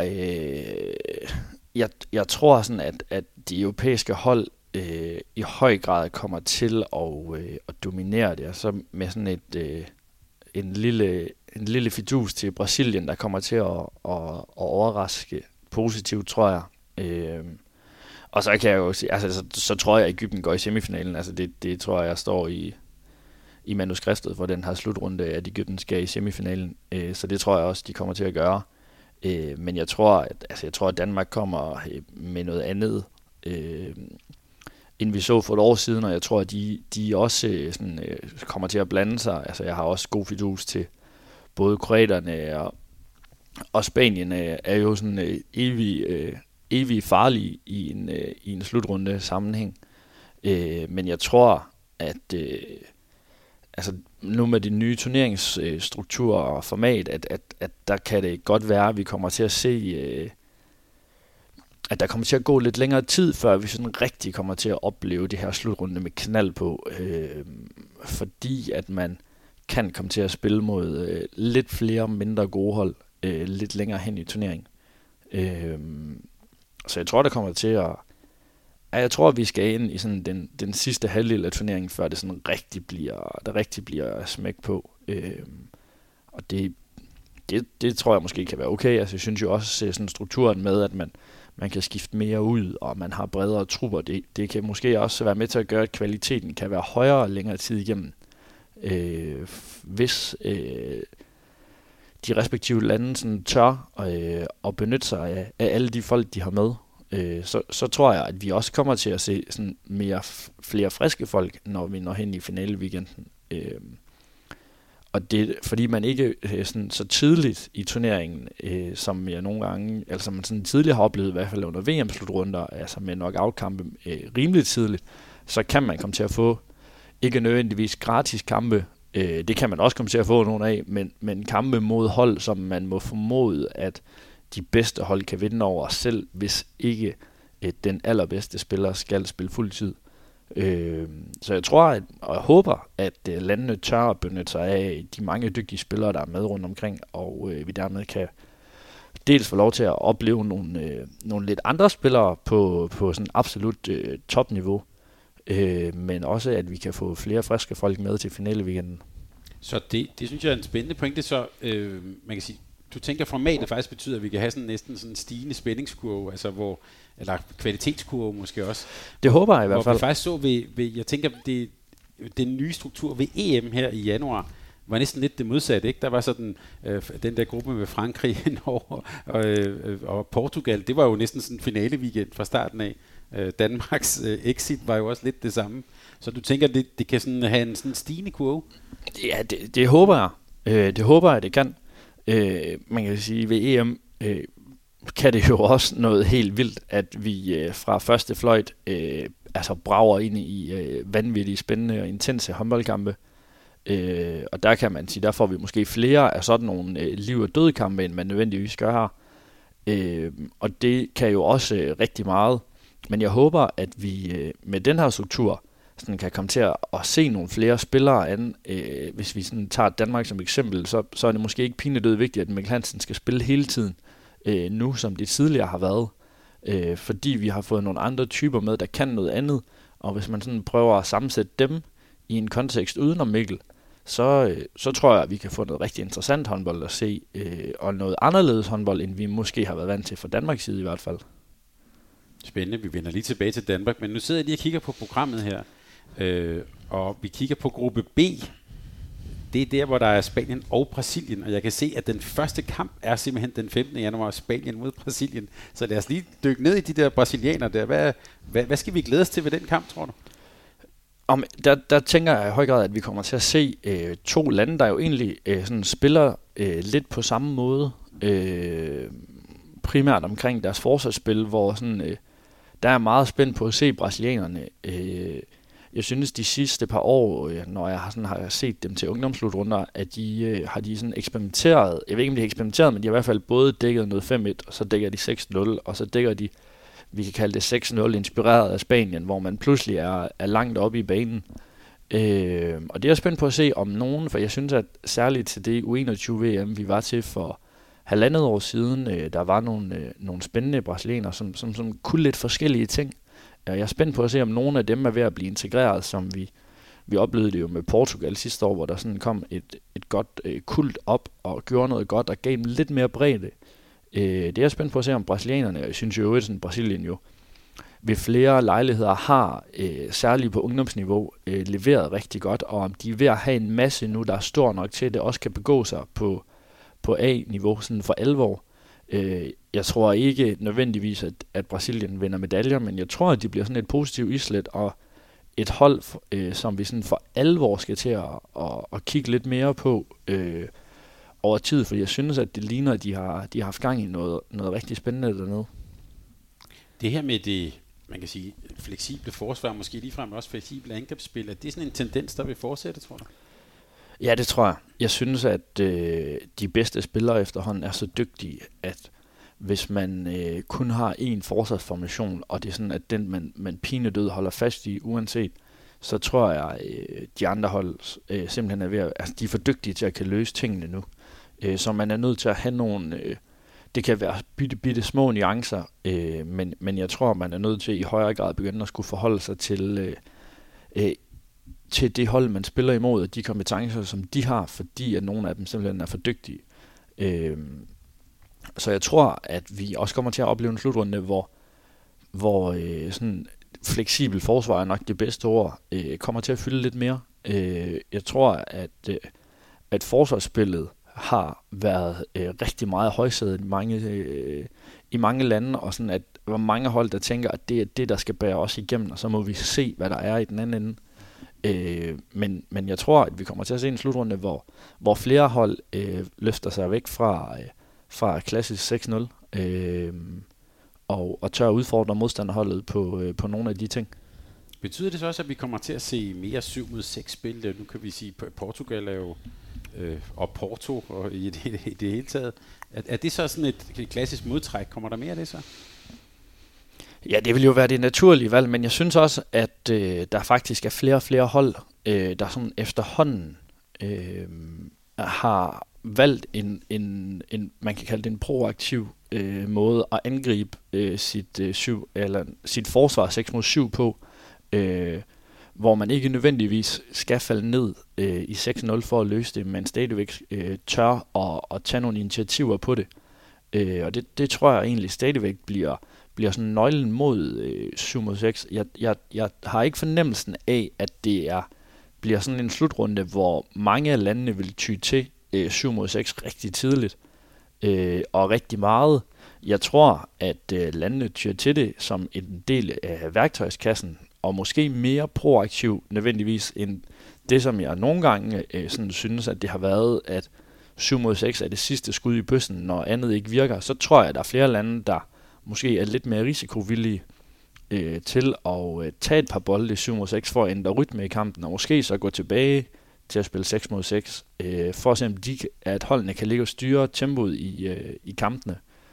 jeg tror sådan, at de europæiske hold i høj grad kommer til at dominere det, og så med sådan en lille fidus til Brasilien, der kommer til at overraske positivt, tror jeg. Og så kan jeg jo sige, altså så tror jeg, at Egypten går i semifinalen. Altså det tror jeg står i manuskriptet for den her slutrunde, at Egypten skal i semifinalen. Så det tror jeg også, de kommer til at gøre. Men jeg tror, at Danmark kommer med noget andet, end vi så for et år siden, og jeg tror, at de også kommer til at blande sig. Altså jeg har også god fidus til både kroaterne og Spanien er jo sådan evig farlige i en slutrunde sammenhæng. Men jeg tror, at altså nu med de nye turneringsstruktur og format, at der kan det godt være, at vi kommer til at se, at der kommer til at gå lidt længere tid, før vi sådan rigtig kommer til at opleve det her slutrunde med knald på, fordi at man kan komme til at spille mod lidt flere mindre gode hold lidt længere hen i turneringen. Så jeg tror, der kommer til at... Jeg tror, at vi skal ind i sådan den sidste halvdel af turneringen, før det sådan rigtig bliver smæk på. Og det tror jeg måske kan være okay. Altså, jeg synes jo også sådan strukturen med, at man kan skifte mere ud, og man har bredere trupper. Det kan måske også være med til at gøre, at kvaliteten kan være højere længere tid igennem. Hvis de respektive lande sådan tør at benytte sig af alle de folk, de har med, så tror jeg, at vi også kommer til at se sådan flere friske folk, når vi når hen i finaleweekenden. Og det fordi man ikke sådan så tidligt i turneringen, som jeg nogle gange, altså man sådan tidligere har oplevet, i hvert fald under VM-slutrunder, altså med knockout-kampe rimelig tidligt, så kan man komme til at få ikke nødvendigvis gratis kampe. Det kan man også komme til at få nogle af, men kampe mod hold, som man må formode, at de bedste hold kan vinde over, selv hvis ikke den allerbedste spiller skal spille fuld tid. Så jeg tror og jeg håber, at landene tør at benytte sig af de mange dygtige spillere, der er med rundt omkring, og vi dermed kan dels få lov til at opleve nogle lidt andre spillere på sådan absolut topniveau, men også at vi kan få flere friske folk med til finaleweekenden. Så det synes jeg er en spændende pointe. Så man kan sige, du tænker formatet faktisk betyder, at vi kan have sådan næsten sådan en stigende spændingskurve, altså eller kvalitetskurve måske også. Det håber jeg i hvert fald. Hvor vi faktisk så jeg tænker, den nye struktur ved EM her i januar var næsten lidt det modsatte, ikke? Der var sådan den der gruppe med Frankrig, Norge og Portugal. Det var jo næsten sådan en finale-weekend fra starten af. Danmarks exit var jo også lidt det samme. Så du tænker, det kan sådan have en sådan stigende kurve? Ja, det håber jeg. Det håber jeg, det kan. Man kan sige, ved EM kan det jo også noget helt vildt, at vi fra første fløjt altså brager ind i vanvittige, spændende og intense håndboldkampe. Og der kan man sige, der får vi måske flere af sådan nogle liv- og dødkampe, end man nødvendigvis gør her. Og det kan jo også rigtig meget. Men jeg håber, at vi med den her struktur sådan kan komme til at se nogle flere spillere an. Hvis vi sådan tager Danmark som eksempel, så er det måske ikke pinedød vigtigt, at Mikkel Hansen skal spille hele tiden, nu som det tidligere har været. Fordi vi har fået nogle andre typer med, der kan noget andet. Og hvis man sådan prøver at sammensætte dem i en kontekst udenom Mikkel, så tror jeg, at vi kan få noget rigtig interessant håndbold at se, og noget anderledes håndbold, end vi måske har været vant til fra Danmarks side i hvert fald. Spændende, vi vender lige tilbage til Danmark, men nu sidder jeg lige og kigger på programmet her, og vi kigger på gruppe B. Det er der, hvor der er Spanien og Brasilien, og jeg kan se, at den første kamp er simpelthen den 15. januar, Spanien mod Brasilien. Så lad os lige dykke ned i de der brasilianere der. Hvad skal vi glæde os til ved den kamp, tror du? Der tænker jeg i høj grad, at vi kommer til at se to lande, der jo egentlig sådan spiller lidt på samme måde. Primært omkring deres forsvarsspil, hvor sådan, der er meget spændt på at se brasilianerne. Jeg synes de sidste par år, når jeg har set dem til ungdomsslutrunder, at de har sådan eksperimenteret. Jeg ved ikke, om de har eksperimenteret, men de har i hvert fald både dækket noget 5-1, og så dækker de 6-0, og så dækker de, vi kan kalde det 6-0, inspireret af Spanien, hvor man pludselig er langt oppe i banen. Og det er jeg spændt på at se om nogen, for jeg synes, at særligt til det U21-VM, vi var til for 1,5 år siden, der var nogle spændende brasilianere, som kunne lidt forskellige ting. Jeg er spændt på at se, om nogle af dem er ved at blive integreret, som vi oplevede det jo med Portugal sidste år, hvor der sådan kom et godt kult op og gjorde noget godt og gav dem lidt mere bredde. Det er jeg spændt på at se, om brasilianerne, og jeg synes jo, at Brasilien jo ved flere lejligheder har, særligt på ungdomsniveau, leveret rigtig godt, og om de er ved at have en masse nu, der er stor nok til, at det også kan begå sig på A-niveau sådan for alvor. Jeg tror ikke nødvendigvis, at Brasilien vinder medaljer, men jeg tror, at de bliver sådan et positivt islet, og et hold, som vi sådan for alvor skal til at kigge lidt mere på over tid, for jeg synes, at det ligner, at de har haft gang i noget rigtig spændende dernede. Det her med det, man kan sige, fleksible forsvar, måske ligefrem også fleksible angrebsspil, er det sådan en tendens, der vil fortsætte, tror du? Ja, det tror jeg. Jeg synes, at de bedste spillere efterhånden er så dygtige, at hvis man kun har én forsvarsformation, og det er sådan, at den man pinedød holder fast i uanset, så tror jeg, de andre hold simpelthen er ved at, altså de er for dygtige til at kan løse tingene nu. Så man er nødt til at have nogle, det kan være bitte små nuancer, men jeg tror, man er nødt til i højere grad begynde at skulle forholde sig til det hold, man spiller imod, og de kompetencer, som de har, fordi at nogle af dem simpelthen er for dygtige. Så jeg tror, at vi også kommer til at opleve en slutrunde, hvor sådan fleksibel forsvar er nok det bedste ord, kommer til at fylde lidt mere. Jeg tror, at forsvarsspillet har været rigtig meget højsædet i mange lande, og sådan at der var mange hold, der tænker, at det er det, der skal bære os igennem, og så må vi se, hvad der er i den anden ende. Men jeg tror, at vi kommer til at se en slutrunde, hvor flere hold løfter sig væk fra klassisk 6-0 og tør udfordre modstanderholdet på nogle af de ting. Betyder det så også, at vi kommer til at se mere 7-mod-6 spil? Nu kan vi sige, at Portugal er jo og Porto og i det hele taget. Er det så sådan et klassisk modtræk? Kommer der mere af det så? Ja, det vil jo være det naturlige valg, men jeg synes også, at der faktisk er flere og flere hold, der sådan efterhånden har valgt en man kan kalde det en proaktiv måde at angribe sit forsvar 6-mod-7 på, hvor man ikke nødvendigvis skal falde ned i 6-0 for at løse det, men stadigvæk tør at tage nogle initiativer på det. Og det tror jeg egentlig stadigvæk bliver sådan nøglen mod 7-mod-6. Jeg har ikke fornemmelsen af, at det bliver sådan en slutrunde, hvor mange af landene vil ty til 7-mod-6 rigtig tidligt og rigtig meget. Jeg tror, at landene tyr til det som en del af værktøjskassen, og måske mere proaktiv nødvendigvis end det, som jeg nogle gange sådan synes, at det har været, at 7-mod-6 er det sidste skud i bøssen, når andet ikke virker. Så tror jeg, at der er flere lande, der måske er lidt mere risikovillige til at tage et par bolde i 7-mod-6 for at ændre rytme i kampen, og måske så gå tilbage til at spille 6-mod-6, for at se, om at holdene kan ligge og styre tempoet i kampene.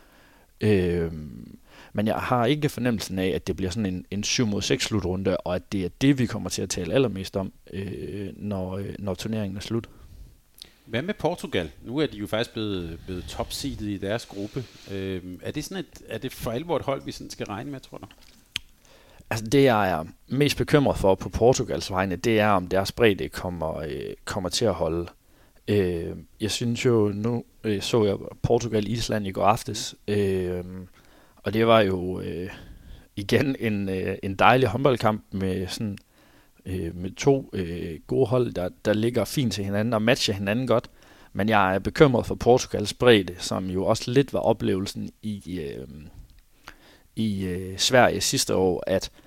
Men jeg har ikke fornemmelsen af, at det bliver sådan en 7-mod-6 slutrunde, og at det er det, vi kommer til at tale allermest om, når turneringen er slut. Hvad med Portugal? Nu er de jo faktisk blevet topseedet i deres gruppe. Er det for alvor et hold, vi sådan skal regne med, tror du? Altså det, jeg er mest bekymret for på Portugals vegne, det er, om deres bredde kommer til at holde. Jeg synes jo, nu så jeg Portugal-Island i går aftes, og det var jo igen en dejlig håndboldkamp med to gode hold, der ligger fint til hinanden og matcher hinanden godt. Men jeg er bekymret for Portugals bredde, som jo også lidt var oplevelsen i Sverige sidste år, at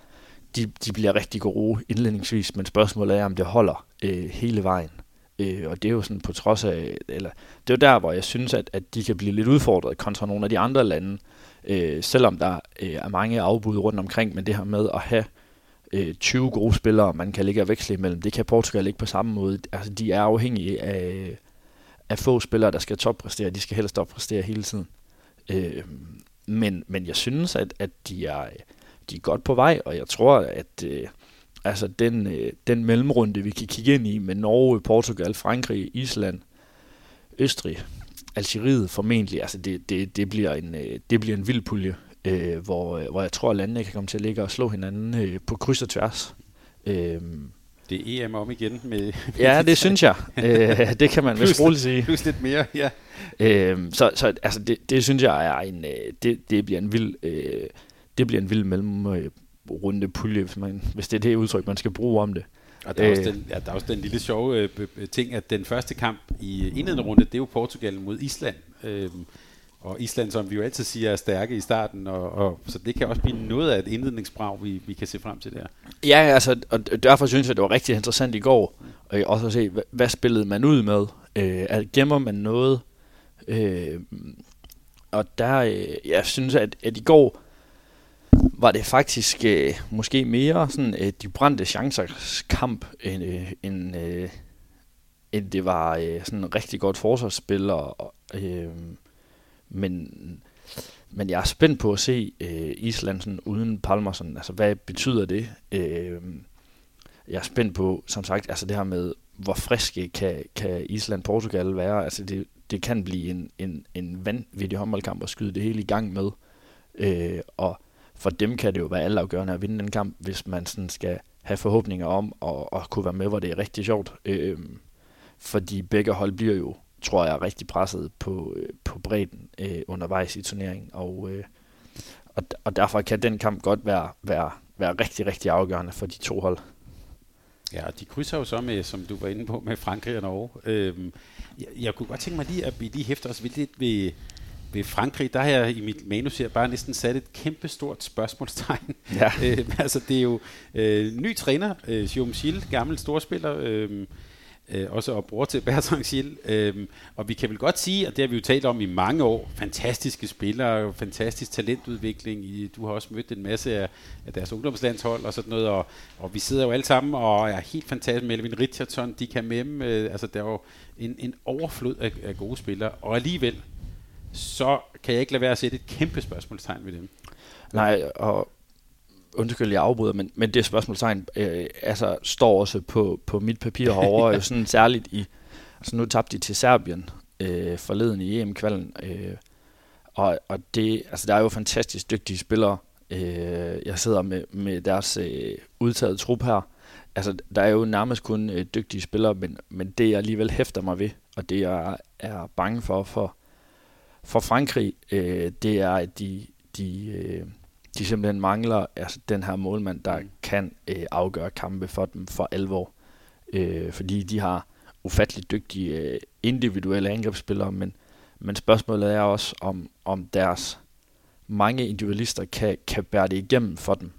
de bliver rigtig gode indledningsvis, men spørgsmålet er, om det holder hele vejen. Og det er jo sådan på trods af, eller det er jo der, hvor jeg synes, at de kan blive lidt udfordret kontra nogle af de andre lande, selvom der er mange afbud rundt omkring, men det her med at have 20 gode spillere, man kan ligge og veksle imellem, det kan Portugal ikke på samme måde. Altså, de er afhængige af få spillere, der skal toppræstere. De skal helst toppræstere hele tiden. Men jeg synes, at de er godt på vej, og jeg tror, at altså den mellemrunde, vi kan kigge ind i med Norge, Portugal, Frankrig, Island, Østrig, Algeriet formentlig, altså det bliver en vild pulje, hvor jeg tror, at landene kan komme til at ligge og slå hinanden på kryds og tværs. Det er EM om igen med ja, det synes jeg. Det kan man vist roligt sige. Plus lidt mere, ja. Så altså det synes jeg er det bliver en vild mellemrunde pulje, hvis det er det udtryk, man skal bruge om det. Og der er også den lille sjove ting, at den første kamp i indledende runde, det er jo Portugal mod Island. Og Island, som vi jo altid siger, er stærke i starten, og så det kan også blive noget af et indledningsbrag, vi kan se frem til der. Ja, altså, og derfor synes jeg, det var rigtig interessant i går, og også at se, hvad spillede man ud med? Gemmer man noget? Og der, jeg synes, at i går var det faktisk måske mere sådan de brændte chancers kamp, end det var sådan en rigtig godt forsvarsspil, men jeg er spændt på at se Island sådan uden Pálmarsson. Altså, hvad betyder det? Jeg er spændt på, som sagt, altså det her med, hvor friske kan Island-Portugal være. Altså, det kan blive en vanvittig håndboldkamp at skyde det hele i gang med. Og for dem kan det jo være altafgørende at vinde den kamp, hvis man sådan skal have forhåbninger om at kunne være med, hvor det er rigtig sjovt. Fordi begge hold bliver jo, tror jeg, rigtig presset på bredden undervejs i turneringen, og derfor kan den kamp godt være rigtig, rigtig afgørende for de to hold. Ja, og de krydser jo så med, som du var inde på, med Frankrig og Norge. Jeg kunne godt tænke mig lige, at vi lige hæfter os lidt ved Frankrig. Der har jeg i mit manus her bare næsten sat et kæmpestort spørgsmålstegn. Ja. Altså, det er jo ny træner, Jérôme Gilles, gammel storspiller, også og bror til Bertrand Gilles. Og vi kan vel godt sige, og det har vi jo talt om i mange år, fantastiske spillere, fantastisk talentudvikling. Du har også mødt en masse af deres ungdomslandshold og sådan noget, og vi sidder jo alle sammen og er helt fantastisk. Melvin Richardson, de kan med dem. Altså, der er jo en overflod af gode spillere, og alligevel så kan jeg ikke lade være at sætte et kæmpe spørgsmålstegn ved dem. Nej, og undskyld, jeg afbryder, men det spørgsmålstegn altså står også på mit papir herovre, sådan særligt i, altså nu tabte de til Serbien forleden i EM-kvalden, og det, altså der er jo fantastisk dygtige spillere. Jeg sidder med deres udtaget trup her. Altså der er jo nærmest kun dygtige spillere, men det jeg alligevel hæfter mig ved, og det jeg er bange for Frankrig, det er, at de simpelthen mangler altså den her målmand, der kan afgøre kampe for dem for alvor. Fordi de har ufatteligt dygtige individuelle angrebsspillere, men spørgsmålet er også, om deres mange individualister kan bære det igennem for dem.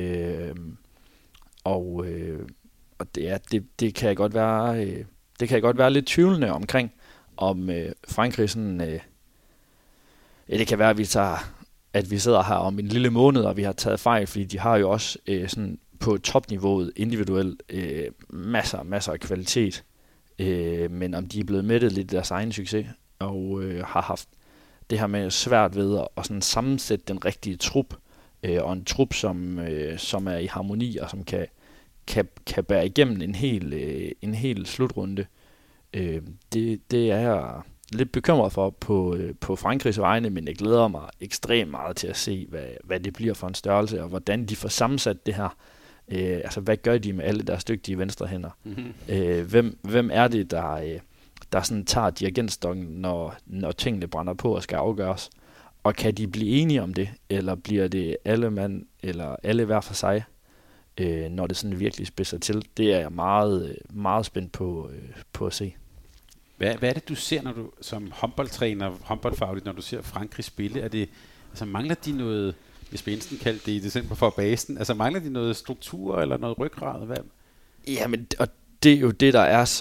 Og det kan jeg godt være det kan jeg godt være lidt tvivlende omkring, om Frankrig sådan det kan være, at vi sidder her om en lille måned, og vi har taget fejl, fordi de har jo også sådan på topniveauet individuelt masser af kvalitet. Men om de er blevet mættet lidt i deres egen succes, og har haft det her med svært ved at sådan sammensætte den rigtige trup, og en trup, som er i harmoni, og som kan bære igennem en hel slutrunde. Det er jeg lidt bekymret for på Frankrigs vegne, men jeg glæder mig ekstremt meget til at se, hvad det bliver for en størrelse, og hvordan de får sammensat det her. Altså, hvad gør de med alle deres dygtige venstre hænder? Mm-hmm. Hvem er det, der sådan tager dirigentstokken, når tingene brænder på og skal afgøres? Og kan de blive enige om det, eller bliver det alle mand, eller alle hver for sig, når det sådan virkelig spidser til? Det er jeg meget, meget spændt på at se. Hvad er det, du ser, når du som håndboldtræner, håndboldfagligt, når du ser Frankrig spille? Er det, altså, mangler de noget Jesper Jensen kaldte det i december for basen. Altså mangler de noget struktur eller noget ryggrad? Hvad? Jamen, og det er jo det, der er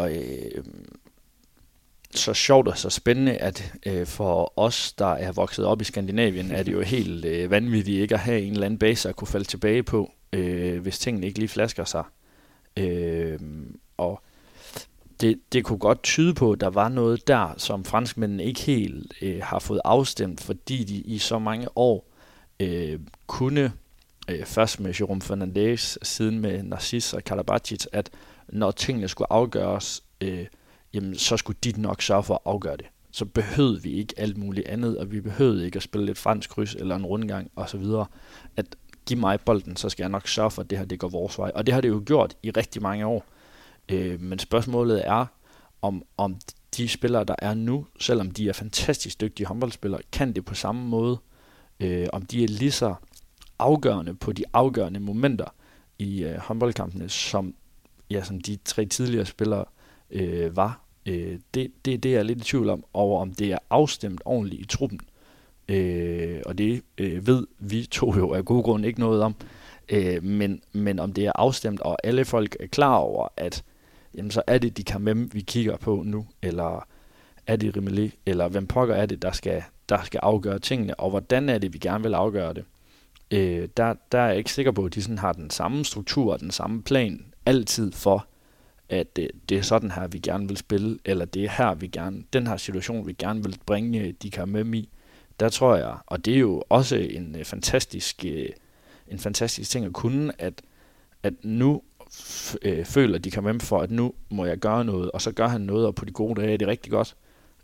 så sjovt og så spændende, at for os, der er vokset op i Skandinavien, er det jo helt vanvittigt ikke at have en eller anden base at kunne falde tilbage på, hvis tingene ikke lige flasker sig. Og det kunne godt tyde på, at der var noget der, som franskmændene ikke helt har fået afstemt, fordi de i så mange år kunne, først med Jérôme Fernandez, siden med Narcís og Karabatic, at når tingene skulle afgøres, jamen, så skulle de nok sørge for at afgøre det. Så behøvede vi ikke alt muligt andet, og vi behøvede ikke at spille et fransk kryds eller en rundgang osv. At give mig bolden, så skal jeg nok sørge for, at det her det går vores vej. Og det har det jo gjort i rigtig mange år. Men spørgsmålet er, om de spillere, der er nu, selvom de er fantastisk dygtige håndboldspillere, kan det på samme måde, om de er lige så afgørende på de afgørende momenter i håndboldkampene, som de 3 tidligere spillere var. Det er jeg lidt i tvivl om det er afstemt ordentligt i truppen. Og det ved vi to jo af gode grunde ikke noget om. Men om det er afstemt, og alle folk er klar over, at jamen, så er det de Carmem, vi kigger på nu, eller er det Rimeli, eller hvem pokker er det, der skal afgøre tingene, og hvordan er det, vi gerne vil afgøre det. Der er jeg ikke sikker på, at de sådan har den samme struktur og den samme plan altid for, at det er sådan her, vi gerne vil spille, eller det er her, den her situation, vi gerne vil bringe de Carmem i. Der tror jeg, og det er jo også en fantastisk ting at kunne, at nu føler de Carmem for, at nu må jeg gøre noget, og så gør han noget, og på de gode dage er det rigtig godt.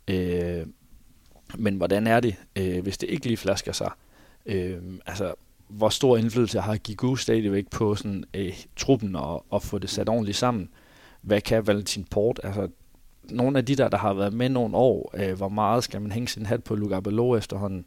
Men hvordan er det, hvis det ikke lige flasker sig? Altså, hvor stor indflydelse har Guigou stadigvæk på sådan, truppen og få det sat ordentligt sammen? Hvad kan Valentin Port? Altså, nogle af de der har været med nogle år, hvor meget skal man hænge sin hat på Luca Bello efterhånden?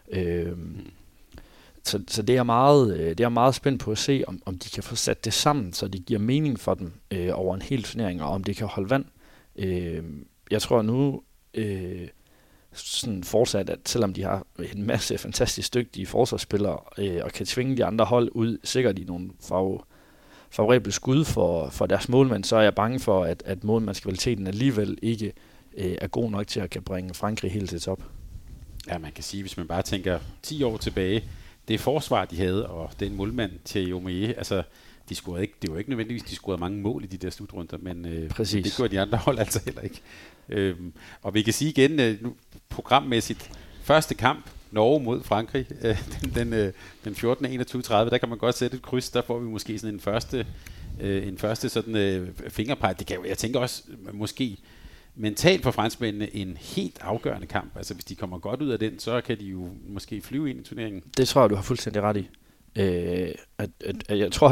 Så det er meget spændt på at se, om de kan få sat det sammen, så det giver mening for dem over en hel turnering, og om det kan holde vand. Jeg tror nu sådan fortsat, at selvom de har en masse fantastisk dygtige forsvarsspillere og kan tvinge de andre hold ud, sikkert i nogle favorable skud for deres målmand, så er jeg bange for, at målmandskvaliteten alligevel ikke er god nok til at kan bringe Frankrig helt til top. Ja, man kan sige, hvis man bare tænker 10 år tilbage, det forsvar, de havde, og den målmand til Omeye, altså, de scorede ikke, det var ikke nødvendigvis, de scorede mange mål i de der slutrunder, men det gjorde de andre hold altså heller ikke. Og vi kan sige igen, nu, programmæssigt, første kamp, Norge mod Frankrig, den 14. 21.30, der kan man godt sætte et kryds, der får vi måske sådan en første sådan fingerpege. Det kan jo, jeg tænker også, måske mentalt for franskmændene en helt afgørende kamp. Altså hvis de kommer godt ud af den, så kan de jo måske flyve ind i turneringen. Det tror jeg, du har fuldstændig ret i. Jeg tror,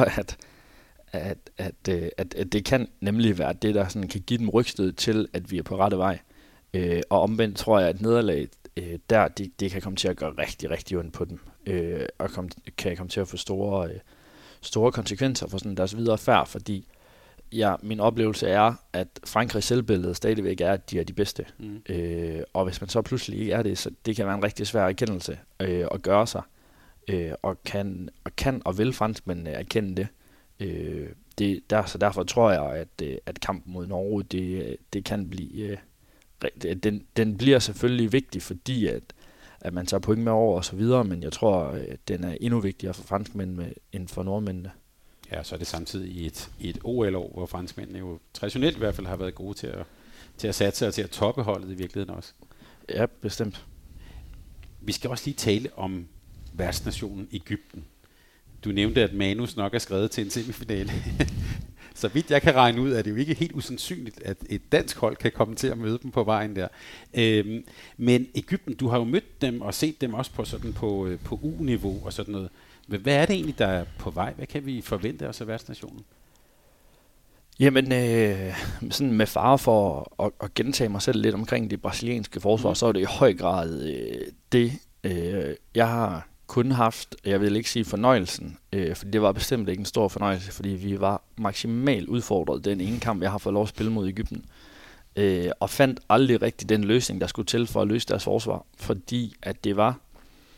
at det kan nemlig være det, der sådan kan give dem rygstød til, at vi er på rette vej. Og omvendt tror jeg, at nederlaget det kan komme til at gøre rigtig, rigtig ondt på dem. Og kan komme til at få store konsekvenser for sådan deres videre færd, fordi min oplevelse er, at Frankrigs selvbillede stadigvæk er, at de er de bedste. Og hvis man så pludselig ikke er det, så det kan være en rigtig svær erkendelse at gøre sig. Og kan og vil franskmændene erkende det. Så derfor tror jeg, at kampen mod Norge, det kan blive... Den bliver selvfølgelig vigtig, fordi at man tager point med over og så videre, men jeg tror, den er endnu vigtigere for franskmændene end for nordmændene. Ja, så er det samtidig i et OL-år, hvor franskmændene jo traditionelt i hvert fald har været gode til at satse og til at toppe holdet i virkeligheden også. Ja, bestemt. Vi skal også lige tale om værtsnationen Egypten. Du nævnte, at manus nok er skrevet til en semifinale. Så vidt jeg kan regne ud, er det jo ikke helt usandsynligt, at et dansk hold kan komme til at møde dem på vejen der. Men Egypten, du har jo mødt dem og set dem også på U-niveau og sådan noget. Hvad er det egentlig, der er på vej? Hvad kan vi forvente os af værtsnationen? Jamen, sådan med fare for at gentage mig selv lidt omkring det brasilianske forsvar, så er det i høj grad det, jeg har kun haft, jeg vil ikke sige fornøjelsen, for det var bestemt ikke en stor fornøjelse, fordi vi var maksimalt udfordret den ene kamp, jeg har fået lov at spille mod Egypten, og fandt aldrig rigtig den løsning, der skulle til for at løse deres forsvar, fordi at det var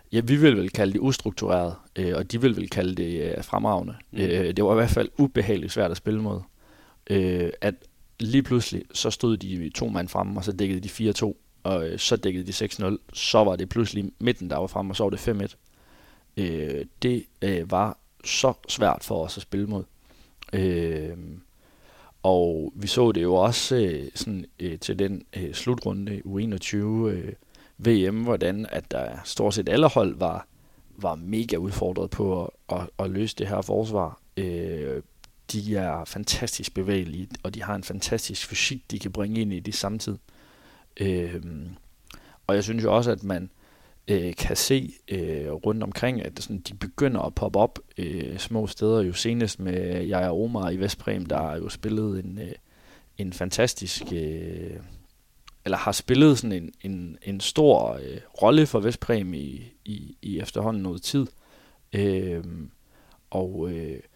Ja, vi vil vel kalde det ustruktureret, og de vil vel kalde det fremragende. Det var i hvert fald ubehageligt svært at spille mod. At lige pludselig, så stod de 2 mand fremme, og så dækkede de 4-2, og så dækkede de 6-0. Så var det pludselig midten, der var fremme, og så var det 5-1. Det var så svært for os at spille mod. Og vi så det jo også til den slutrunde U21 VM, hvordan at der stort set alle hold var mega udfordret på at løse det her forsvar. De er fantastisk bevægelige, og de har en fantastisk fysik, de kan bringe ind i det samtidig. Og jeg synes jo også, at man kan se rundt omkring, at sådan, de begynder at poppe op små steder, jo senest med Jaja Omar i Vestpræm, der har jo spillet en fantastisk, eller har spillet sådan en stor rolle for Vestpræm i efterhånden noget tid. Og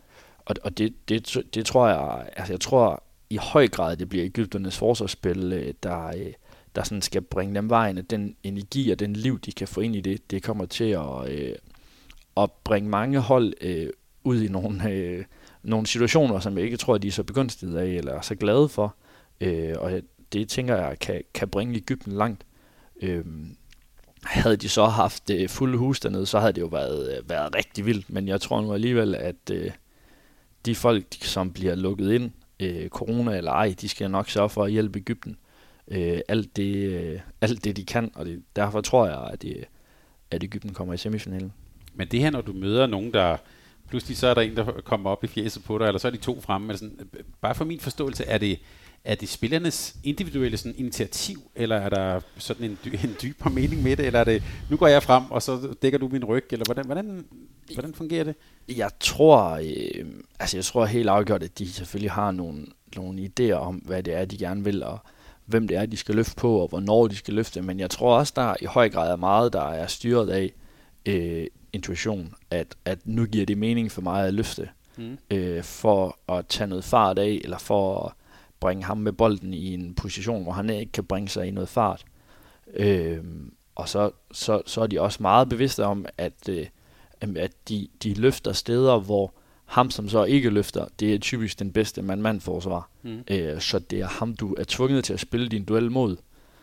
det tror jeg, altså jeg tror i høj grad, det bliver Egypternes forsvarsspil, der sådan skal bringe dem vejen, at den energi og den liv, de kan få ind i det kommer til at bringe mange hold ud i nogle situationer, som jeg ikke tror, de er så begunstiget af, eller er så glade for. Og det tænker jeg kan bringe Egypten langt. Havde de så haft fulde hus dernede, så havde det jo været rigtig vildt, men jeg tror nu alligevel, at de folk, som bliver lukket ind, corona eller ej, de skal nok sørge for at hjælpe Egypten. Alt det de kan, og derfor tror jeg, at Egypten kommer i semifinalen. Men det her, når du møder nogen, der pludselig så er der en, der kommer op i fjeset på dig, eller så er de 2 fremme, eller sådan, bare for min forståelse, er det spillernes individuelle sådan, initiativ, eller er der sådan en dybere mening med det, eller er det, nu går jeg frem, og så dækker du min ryg, eller hvordan fungerer det? Jeg tror helt afgjort, at de selvfølgelig har nogle idéer om, hvad det er, de gerne vil, og hvem det er, de skal løfte på, og hvornår de skal løfte. Men jeg tror også, der i høj grad er meget, der er styret af intuition, at nu giver det mening for mig at løfte, for at tage noget fart af, eller for at bringe ham med bolden i en position, hvor han ikke kan bringe sig i noget fart. Og så er de også meget bevidste om, at de løfter steder, hvor ham, som så ikke løfter, det er typisk den bedste mand-mand-forsvar. Så det er ham, du er tvunget til at spille din duel mod.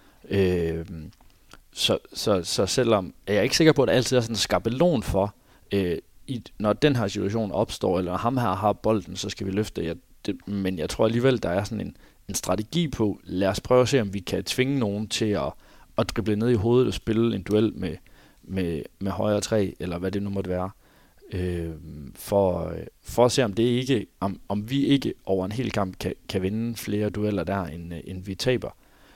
Så selvom jeg er ikke sikker på, at det altid er sådan en skabelon for, når den her situation opstår, eller når ham her har bolden, så skal vi løfte. Men jeg tror alligevel, der er sådan en strategi på, lad os prøve at se, om vi kan tvinge nogen til at drible ned i hovedet og spille en duel med højre træ, eller hvad det nu måtte være. For at se, om vi ikke over en hel kamp kan vinde flere dueller der, end vi taber.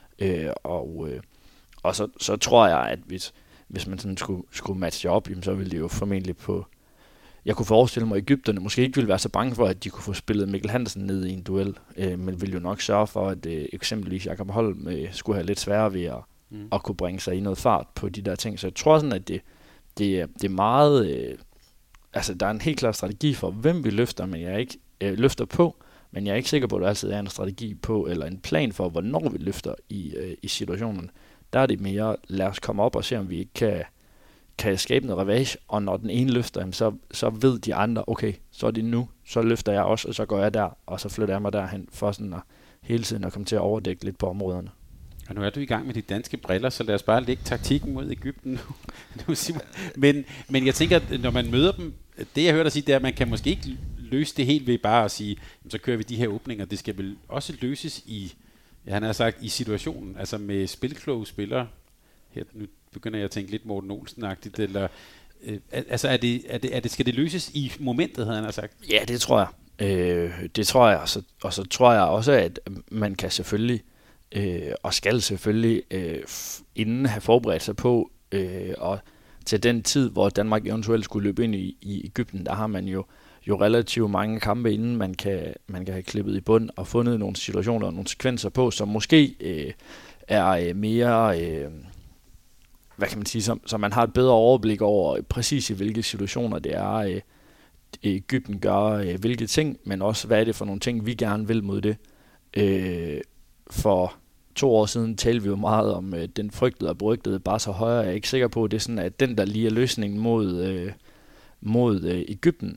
Og så tror jeg, at hvis man sådan skulle matche op, så ville det jo formentlig på... Jeg kunne forestille mig, at Egypterne måske ikke ville være så bange for, at de kunne få spillet Mikkel Hansen ned i en duel, men ville jo nok sørge for, at eksempelvis Jakob Holm skulle have lidt sværere ved at kunne bringe sig i noget fart på de der ting. Så jeg tror sådan, at det er meget... altså, der er en helt klar strategi for, hvem vi løfter, men jeg ikke løfter på, men jeg er ikke sikker på, at der altid er en strategi på, eller en plan for, hvornår vi løfter i situationen. Der er det mere, lad os komme op og se, om vi ikke kan skabe noget revage, og når den ene løfter, så ved de andre, okay, så er det nu, så løfter jeg også, og så går jeg der, og så flytter jeg mig derhen, for sådan at hele tiden at komme til at overdække lidt på områderne. Og nu er du i gang med de danske briller, så lad os bare lægge taktikken mod Egypten nu. Men jeg tænker, at når man møder dem, det jeg hører dig sige, det er, at man kan måske ikke løse det helt ved bare at sige, så kører vi de her åbninger. Det skal vel også løses han har sagt, i situationen, altså med spilkloge spillere. Her, nu begynder jeg at tænke lidt Morten Olsen-agtigt, eller altså skal det løses i momentet, havde han sagt? Ja, det tror jeg. Og så tror jeg også, at man kan selvfølgelig og skal selvfølgelig inden have forberedt sig på og til den tid, hvor Danmark eventuelt skulle løbe ind i Egypten, der har man jo relativt mange kampe, inden man kan have klippet i bund og fundet nogle situationer og nogle sekvenser på, som måske er mere, hvad kan man sige, så man har et bedre overblik over præcis i hvilke situationer det er, Egypten gør hvilke ting, men også hvad er det for nogle ting, vi gerne vil mod det. For 2 år siden talte vi jo meget om den frygtede og berygtede Barca højre. Jeg er ikke sikker på, at det er sådan, at den der lige er løsningen mod Egypten.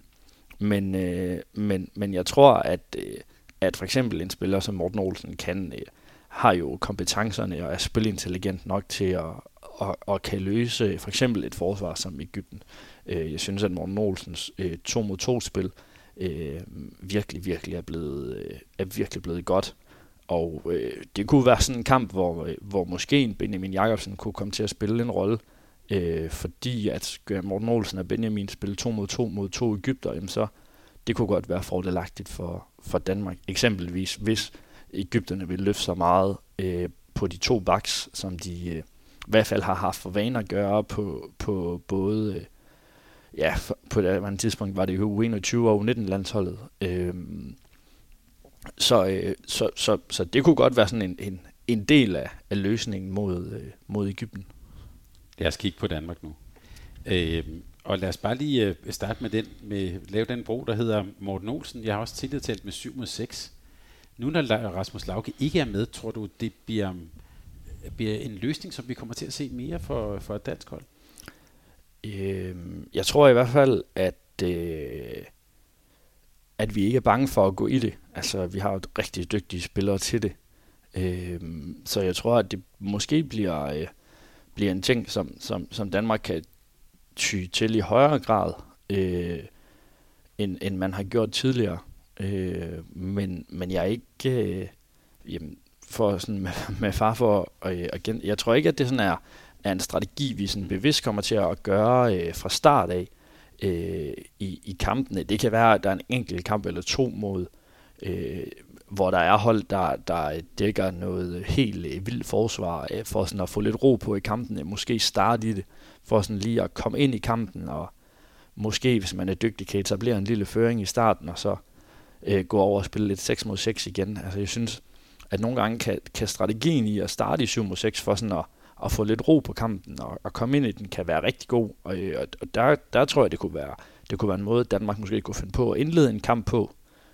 Men jeg tror, at for eksempel en spiller som Morten Olsen har jo kompetencerne og er spilintelligent nok til at kan løse for eksempel et forsvar som Egypten. Jeg synes, at Morten Olsens 2-mod-2-spil virkelig er blevet godt. Og det kunne være sådan en kamp, hvor måske en Benjamin Jakobsen kunne komme til at spille en rolle, fordi at Morten Olsen og Benjamin spille 2-mod-2 mod 2 egypter, jamen så det kunne godt være fordelagtigt for Danmark. Eksempelvis hvis Egypterne vil løfte så meget på de 2 backs, som de i hvert fald har haft for vane at gøre på både på det tidspunkt var det jo U21 og U19-landsholdet. Så det kunne godt være sådan en del af løsningen mod Egypten. Lad os kigge på Danmark nu. Og lad os bare lige starte med lave den bro, der hedder Morten Olsen. Jeg har også tidligere talt med 7-mod-6. Nu når Rasmus Lauke ikke er med, tror du, det bliver en løsning, som vi kommer til at se mere for et dansk hold? Jeg tror i hvert fald, at vi ikke er bange for at gå i det. Altså, vi har jo rigtig dygtige spillere til det. Så jeg tror, at det måske bliver en ting, som Danmark kan ty til i højere grad, end man har gjort tidligere. Men jeg er ikke for sådan med far for jeg tror ikke, at det sådan er en strategi, vi sådan bevidst kommer til at gøre fra start af i kampene. Det kan være, at der er en enkelt kamp eller 2 mod, hvor der er hold, der dækker noget helt vildt forsvar, for sådan at få lidt ro på i kampene, måske starte i det, for sådan lige at komme ind i kampen, og måske, hvis man er dygtig, kan etablere en lille føring i starten, og så gå over og spille lidt 6-mod-6 igen. Altså jeg synes, at nogle gange kan strategien i at starte i 7-mod-6 for sådan at få lidt ro på kampen og komme ind i den, kan være rigtig god. Og der tror jeg, det kunne være en måde, Danmark måske kunne finde på at indlede en kamp på.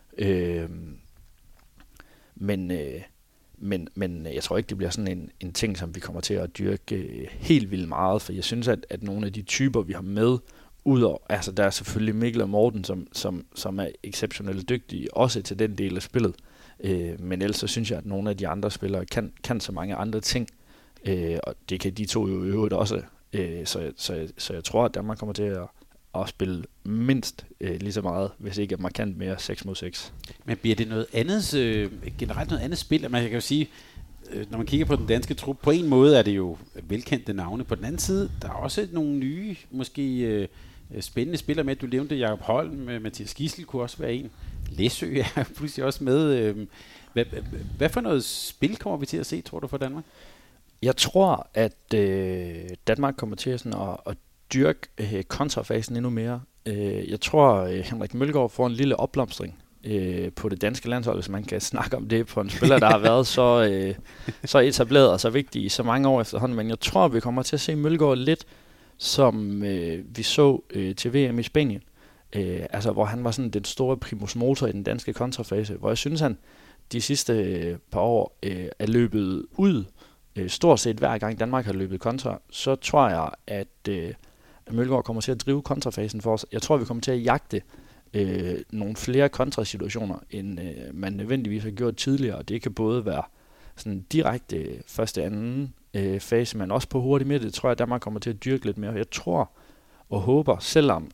Men jeg tror ikke, det bliver sådan en ting, som vi kommer til at dyrke helt vildt meget, for jeg synes, at nogle af de typer, vi har med, udover, altså der er selvfølgelig Mikkel og Morten, som er exceptionelt dygtige, også til den del af spillet. Men ellers så synes jeg, at nogle af de andre spillere kan så mange andre ting, og det kan de 2 jo i øvrigt også. Så jeg tror, at Danmark kommer til at spille mindst lige så meget, hvis ikke markant mere 6-mod-6. Men bliver det noget andet, generelt noget andet spil? Man kan jo sige, når man kigger på den danske trup, på en måde er det jo velkendte navne. På den anden side, der er også nogle nye, måske spændende spillere med. Du nævnte Jakob Holm, Mathias Gidsel kunne også være en. Læsø er pludselig også med. Hvad for noget spil kommer vi til at se, tror du, for Danmark? Jeg tror, at Danmark kommer til sådan at dyrke kontrafasen endnu mere. Jeg tror, Henrik Mølgaard får en lille opblomstring på det danske landshold, hvis man kan snakke om det på en spiller, der har været så etableret og så vigtig i så mange år efterhånden. Men jeg tror, vi kommer til at se Mølgaard lidt, som vi så til VM i Spanien. Altså, hvor han var sådan den store primus motor i den danske kontrafase, hvor jeg synes, han de sidste par år er løbet ud stort set hver gang Danmark har løbet kontra, så tror jeg, at Mølgaard kommer til at drive kontrafasen for os. Jeg tror, vi kommer til at jagte nogle flere kontrasituationer, end man nødvendigvis har gjort tidligere. Og det kan både være sådan direkte første, anden fase, men også på hurtig midte. Det tror jeg, at Danmark kommer til at dyrke lidt mere. Jeg tror og håber, selvom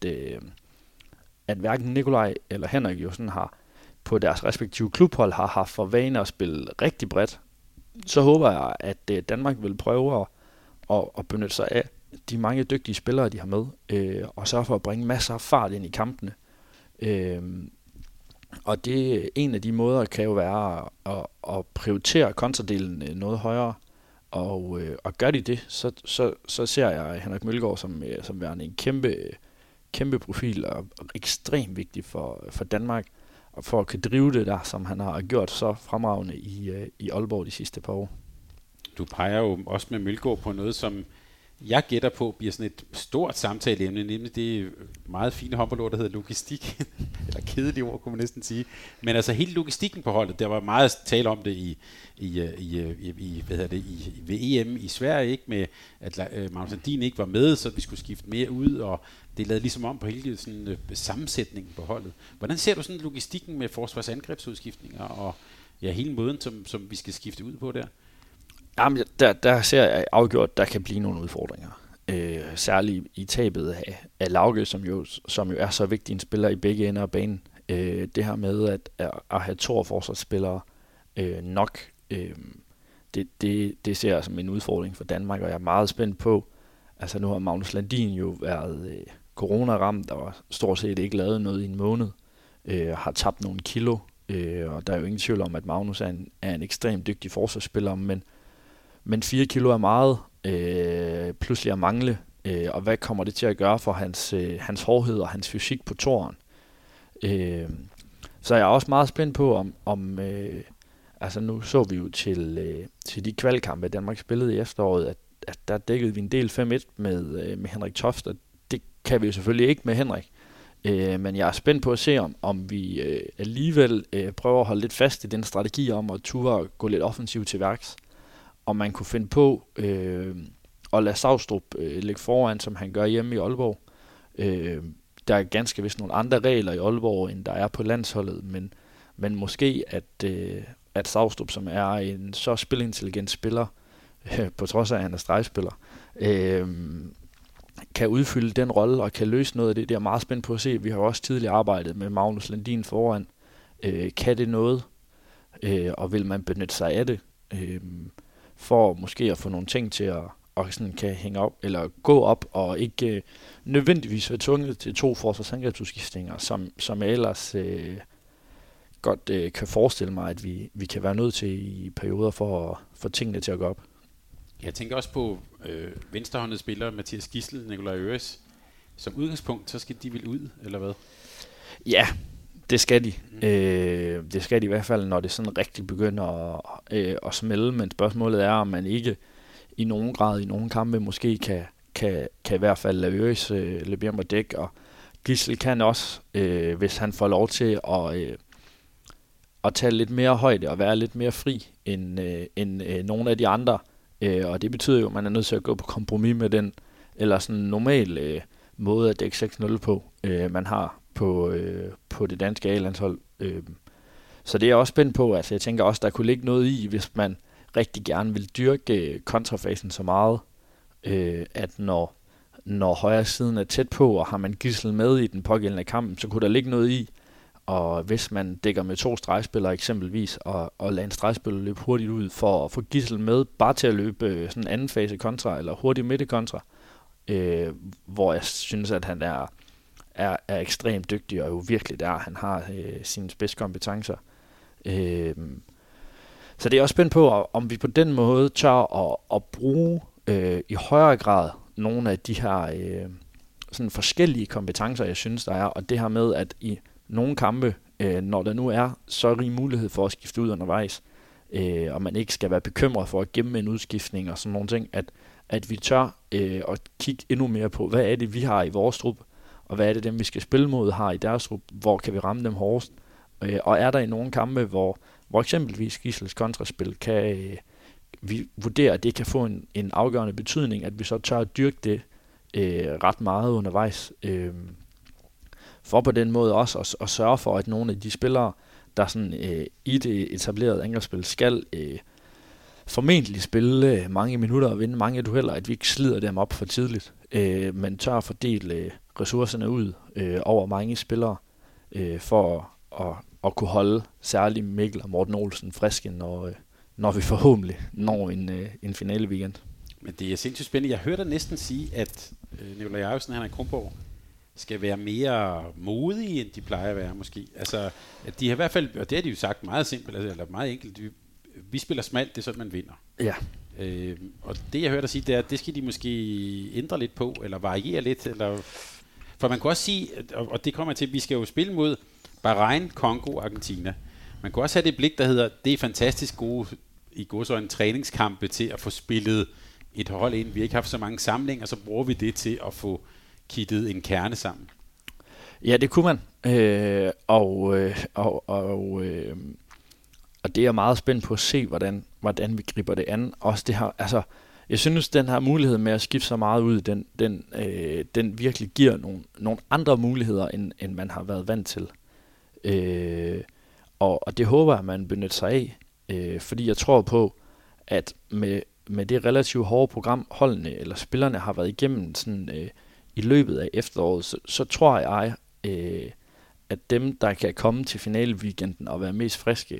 at hverken Nikolaj eller Henrik jo sådan har på deres respektive klubhold har haft for vane at spille rigtig bredt, så håber jeg, at Danmark vil prøve at benytte sig af de mange dygtige spillere, de har med, og sørge for at bringe masser af fart ind i kampene. Og det er en af de måder, kan jo være at prioritere kontradelen noget højere, og gør de det, så ser jeg Henrik Mølgaard som værende en kæmpe profil og ekstremt vigtig for Danmark, og for at kan drive det der, som han har gjort så fremragende i Aalborg de sidste par år. Du peger jo også med Mølgaard på noget, som jeg gætter på, bliver sådan et stort samtaleemne, nemlig det meget fine håndboldord, der hedder logistik. Eller kedeligt ord, kunne man næsten sige. Men altså hele logistikken på holdet, der var meget tale om det i ved EM i Sverige, ikke, med at Magnus Landin ikke var med, så vi skulle skifte mere ud, og det lavede ligesom om på hele sådan sammensætningen på holdet. Hvordan ser du sådan logistikken med forsvarsangrebsudskiftninger og hele måden, som vi skal skifte ud på der? Jamen, der ser jeg afgjort, der kan blive nogle udfordringer. Særligt i tabet af Lauke, som jo er så vigtig en spiller i begge ender af banen. Det her med at have 2 forsvarsspillere nok, det ser jeg som en udfordring for Danmark, og jeg er meget spændt på. Altså nu har Magnus Landin jo været corona-ramt, og stort set ikke lavet noget i en måned. Har tabt nogle kilo, og der er jo ingen tvivl om, at Magnus er en ekstremt dygtig forsvarsspiller, men 4 kilo er meget, pludselig at mangle, og hvad kommer det til at gøre for hans hårdhed og hans fysik på toeren? Så jeg er også meget spændt på, om altså nu så vi jo til de kvalkampe, Danmark spillede i efteråret, at der dækkede vi en del 5-1 med Henrik Toft, og det kan vi jo selvfølgelig ikke med Henrik. Men jeg er spændt på at se, om vi alligevel prøver at holde lidt fast i den strategi om at turde gå lidt offensivt til værks. Om man kunne finde på at lade Savstrup ligge foran, som han gør hjemme i Aalborg. Der er ganske vist nogle andre regler i Aalborg, end der er på landsholdet, men måske at Savstrup, som er en så spilintelligent spiller, på trods af at han er stregspiller, kan udfylde den rolle og kan løse noget af det. Det er meget spændt på at se. Vi har også tidligere arbejdet med Magnus Landin foran. Kan det noget? Og vil man benytte sig af det? For måske at få nogle ting til at sådan kan hænge op, eller gå op, og ikke nødvendigvis være tvunget til 2 forsvarsangrebsudskiftninger, som jeg ellers godt kan forestille mig, at vi kan være nødt til i perioder for at få tingene til at gå op. Jeg tænker også på venstrehåndede spillere, Mathias Gidsel, Nikolaj Øres. Som udgangspunkt, så skal de vel ud, eller hvad? Ja, det skal de. Det skal de i hvert fald, når det sådan rigtig begynder at smelle. Men spørgsmålet er, om man ikke i nogen grad, i nogle kampe, måske kan i hvert fald lade Øres løbe hjem og dække. Og Gidsel kan også, hvis han får lov til at tage lidt mere højde og være lidt mere fri end nogle af de andre. Og det betyder jo, at man er nødt til at gå på kompromis med den, eller sådan en normal måde at dække 6-0 på, man har på det danske A-landshold. Så det er jeg også spændt på. Altså jeg tænker også, der kunne ligge noget i, hvis man rigtig gerne vil dyrke kontrafasen så meget, at når højre siden er tæt på, og har man Gidsel med i den pågældende kamp, så kunne der ligge noget i. Og hvis man dækker med 2 stregspillere eksempelvis, og lader en stregspiller løbe hurtigt ud for at få Gidsel med, bare til at løbe sådan en anden fase kontra, eller hurtig midte kontra, hvor jeg synes, at han er ekstremt dygtig, og jo virkelig der, han har sine spidskompetencer. Så det er også spændt på, om vi på den måde tør at bruge i højere grad nogle af de her sådan forskellige kompetencer, jeg synes, der er, og det her med, at i nogle kampe, når der nu er så rig mulighed for at skifte ud undervejs, og man ikke skal være bekymret for at gemme en udskiftning og sådan nogle ting, at vi tør at kigge endnu mere på, hvad er det, vi har i vores trup, og hvad er det, dem vi skal spille mod har i deres trup, hvor kan vi ramme dem hårdest, og er der i nogle kampe, hvor eksempelvis Gidsels kontraspil kan vi vurdere, at det kan få en afgørende betydning, at vi så tør at dyrke det ret meget undervejs, for på den måde også at sørge for, at nogle af de spillere, der sådan, i det etablerede angrebsspil skal formentlig spille mange minutter og vinde mange dueller, at vi ikke slider dem op for tidligt, men tør at fordele ressourcerne ud over mange spillere, for at kunne holde særligt Mikkel og Morten Olsen friske, når vi forhåbentlig når en finale weekend. Men det er sindssygt spændende. Jeg hørte dig næsten sige, at Nikolaj Arvesen og Henrik Kronborg skal være mere modige, end de plejer at være måske. Altså, at de har i hvert fald, og det har de jo sagt meget simpelt, eller meget enkelt, vi spiller smalt, det er sådan, man vinder. Ja. Og det jeg hørte dig sige, det er, at det skal de måske ændre lidt på, eller variere lidt, eller... For man kunne også sige, og det kommer til, at vi skal jo spille mod Bahrain, Kongo, Argentina. Man kunne også have det blik, der hedder, det er fantastisk gode, i godsøjne, træningskampe til at få spillet et hold ind. Vi har ikke haft så mange samlinger, så bruger vi det til at få kittet en kerne sammen. Ja, det kunne man. Og det er jeg meget spændt på at se, hvordan vi griber det an. Også det her, altså, jeg synes, den her mulighed med at skifte så meget ud, den virkelig giver nogle andre muligheder, end man har været vant til. Og det håber jeg, man benytter sig af. Fordi jeg tror på, at med det relativt hårde program, holdene eller spillerne har været igennem sådan, i løbet af efteråret, så tror jeg, at dem, der kan komme til finaleweekenden og være mest friske,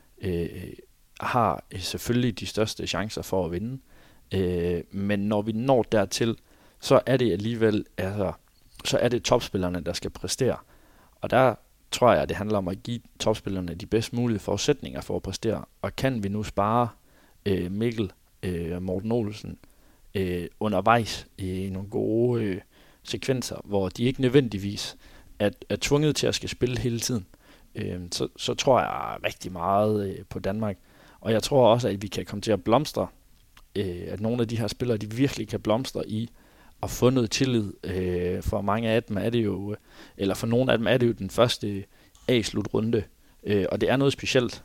har selvfølgelig de største chancer for at vinde. Men når vi når dertil, så er det alligevel, altså, så er det topspillerne, der skal præstere. Og der tror jeg, det handler om at give topspillerne de bedst mulige forudsætninger for at præstere. Og kan vi nu spare Mikkel og Morten Olsen undervejs i nogle gode sekvenser, hvor de ikke nødvendigvis er tvunget til at skal spille hele tiden, så tror jeg rigtig meget på Danmark. Og jeg tror også, at vi kan komme til at blomstre, at nogle af de her spillere, de virkelig kan blomstre i at få noget tillid. For mange af dem er det jo, eller for nogle af dem er det jo den første A-slutrunde, og det er noget specielt.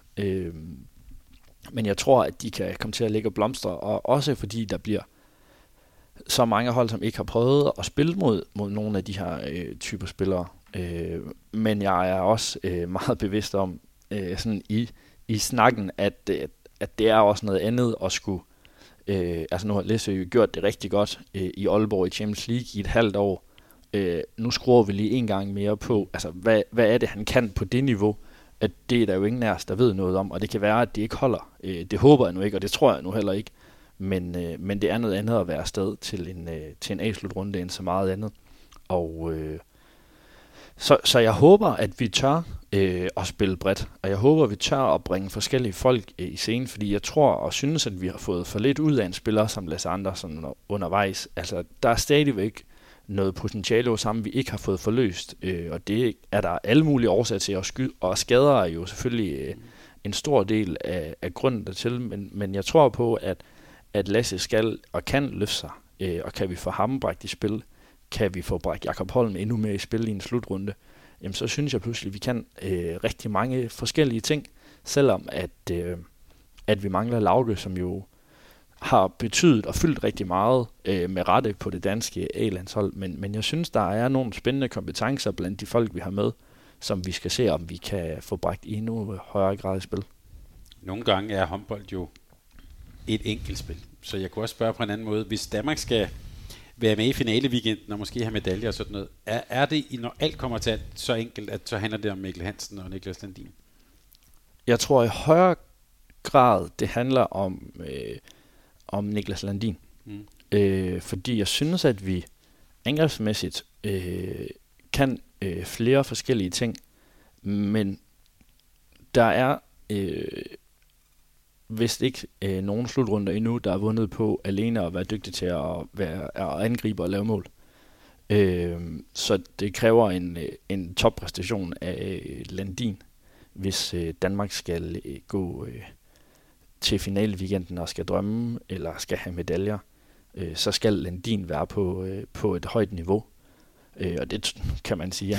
Men jeg tror, at de kan komme til at ligge og blomstre, og også fordi der bliver så mange hold, som ikke har prøvet at spille mod nogle af de her typer spillere. Men jeg er også meget bevidst om sådan i snakken, at det er også noget andet at skulle. Altså nu har Læsø jo gjort det rigtig godt i Aalborg i Champions League i et halvt år. Nu skruer vi lige en gang mere på, altså hvad er det, han kan på det niveau, at det er der jo ingen af os, der ved noget om, og det kan være, at det ikke holder. Det håber jeg nu ikke, og det tror jeg nu heller ikke. Men det er noget andet at være afsted til en A-slutrunde end så meget andet. Og så jeg håber, at vi tør at spille bredt, og jeg håber, at vi tør at bringe forskellige folk i scenen, fordi jeg tror og synes, at vi har fået for lidt ud af en spiller som Lasse Andersen undervejs. Altså, der er stadigvæk noget potentiale hos ham, vi ikke har fået forløst, og det er der alle mulige årsager til, og skader er jo selvfølgelig en stor del af grunden dertil, men jeg tror på, at Lasse skal og kan løfte sig, og kan vi få ham bragt i spil, kan vi få bragt Jakob Holm endnu mere i spil i en slutrunde, jamen så synes jeg pludselig, at vi kan rigtig mange forskellige ting, selvom at vi mangler Lauke, som jo har betydet og fyldt rigtig meget med rette på det danske A-landshold, men jeg synes, der er nogle spændende kompetencer blandt de folk, vi har med, som vi skal se, om vi kan få bragt i endnu højere grad i spil. Nogle gange er håndbold jo et enkelt spil, så jeg kunne også spørge på en anden måde, hvis Danmark skal være med i finaleweekenden og måske have medaljer og sådan noget, er det, når alt kommer til så enkelt, at så handler det om Mikkel Hansen og Niklas Landin? Jeg tror i højere grad, det handler om Niklas Landin. Fordi jeg synes, at vi angrebsmæssigt kan flere forskellige ting, men der er vist ikke nogen slutrunder endnu, der er vundet på alene at være dygtig til at angribe og lave mål. Så det kræver en toppræstation af Landin, hvis Danmark skal gå til finaleweekenden og skal drømme eller skal have medaljer. Så skal Landin være på et højt niveau. Og det kan man sige,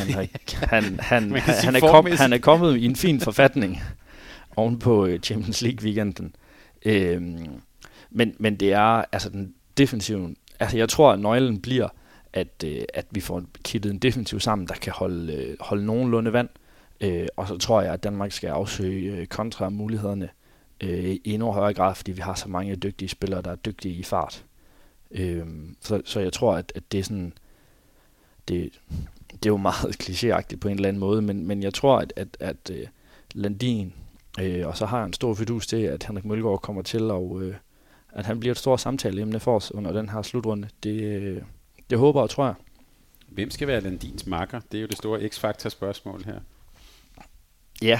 han er kommet i en fin forfatning oven på Champions League weekenden. Men det er altså den defensive. Altså jeg tror, at nøglen bliver, at vi får kittet en defensiv sammen, der kan holde nogenlunde vand. Og så tror jeg, at Danmark skal afsøge kontramulighederne i endnu højere grad, fordi vi har så mange dygtige spillere, der er dygtige i fart. Så jeg tror, at det er sådan, det er jo meget klichéagtigt på en eller anden måde, men jeg tror, at Landin, og så har jeg en stor fidus til, at Henrik Mølgaard kommer til, og at han bliver et stort samtaleemne for os under den her slutrunde. Det håber og tror jeg. Hvem skal være Landins makker? Det er jo det store X-faktor spørgsmål her. Ja.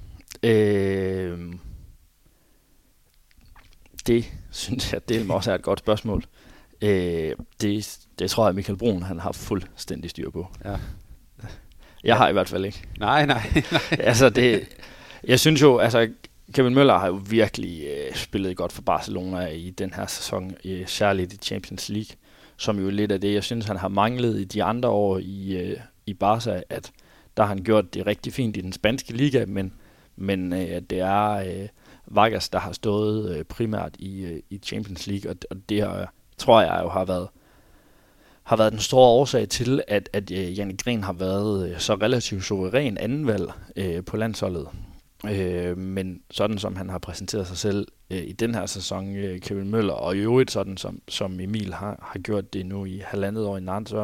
Det synes jeg, det også er et godt spørgsmål. Det tror jeg, Michael Brun, han har fuldstændig styr på. Ja. Jeg har i hvert fald ikke. Nej. Altså jeg synes jo, altså Kevin Møller har jo virkelig spillet godt for Barcelona i den her sæson, særligt i Champions League, som jo lidt af det, jeg synes, han har manglet i de andre år i Barca, at der har han gjort det rigtig fint i den spanske liga, men det er Vargas, der har stået primært i Champions League, og det her, tror jeg jo har været den store årsag til, at Jannik Green har været så relativt suveræn andenvalg på landsholdet. Men sådan som han har præsenteret sig selv i den her sæson, Kevin Møller, og i øvrigt sådan som Emil har gjort det nu i 1,5 år i Nantes,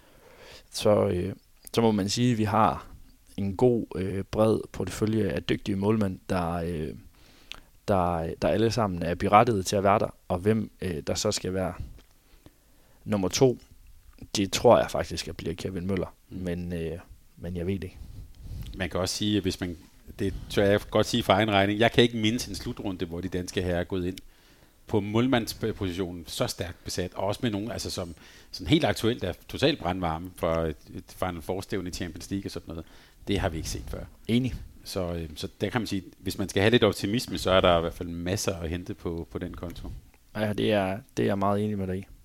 så må man sige, at vi har en god bred portefølje af dygtige målmænd, der alle sammen er berettiget til at være der, og hvem der så skal være nummer 2, det tror jeg faktisk, at bliver Kevin Møller, men jeg ved det ikke. Man kan også sige, hvis man, det tør jeg godt sige for egen regning, jeg kan ikke mindes en slutrunde, hvor de danske herrer er gået ind på målmandspositionen så stærkt besat, og også med nogen, altså som sådan helt aktuelt er totalt brandvarme for et Final Four-stævne i Champions League og sådan noget. Det har vi ikke set før. Enig. Så der kan man sige, hvis man skal have lidt optimisme, så er der i hvert fald masser at hente på den konto. Ja, det er jeg meget enig med dig i.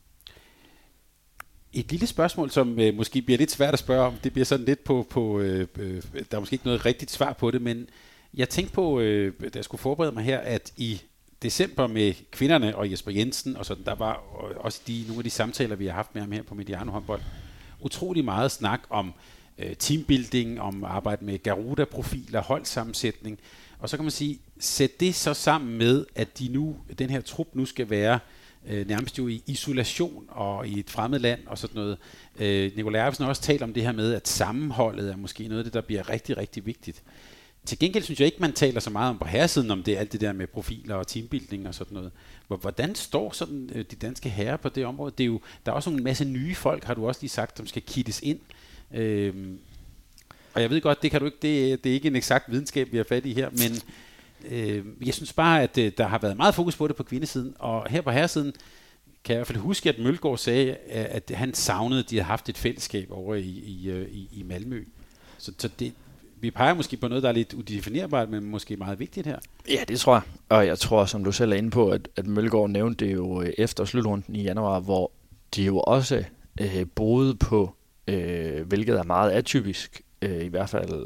Et lille spørgsmål, som måske bliver lidt svært at spørge om, det bliver sådan lidt på der er måske ikke noget rigtigt svar på det, men jeg tænkte på, da jeg skulle forberede mig her, at i december med kvinderne og Jesper Jensen, og sådan, der var også nogle af de samtaler, vi har haft med ham her på Mediano Håndbold, utrolig meget snak om teambuilding, om arbejde med Garuda-profiler, holdsammensætning, og så kan man sige, sæt det så sammen med, at den her trup nu skal være nærmest jo i isolation og i et fremmed land og sådan noget. Nikolaj Arvesen har også talt om det her med, at sammenholdet er måske noget af det, der bliver rigtig, rigtig vigtigt. Til gengæld synes jeg ikke, man taler så meget om på herresiden, om det alt det der med profiler og teambuilding og sådan noget. Hvordan står sådan de danske herrer på det område? Det er jo, der er også en masse nye folk, har du også lige sagt, som skal kittes ind. Og jeg ved godt, det kan du ikke, det er ikke en eksakt videnskab, vi har fat i her, men jeg synes bare, at der har været meget fokus på det på kvindesiden, og her på herresiden kan jeg i hvert fald huske, at Mølgaard sagde, at han savnede, at de havde haft et fællesskab over i Malmø. Så det, vi peger måske på noget, der er lidt udefinerbart, men måske meget vigtigt her. Ja, det tror jeg. Og jeg tror, som du selv er inde på, at Mølgaard nævnte det jo efter slutrunden i januar, hvor de jo også boede på, hvilket er meget atypisk, i hvert fald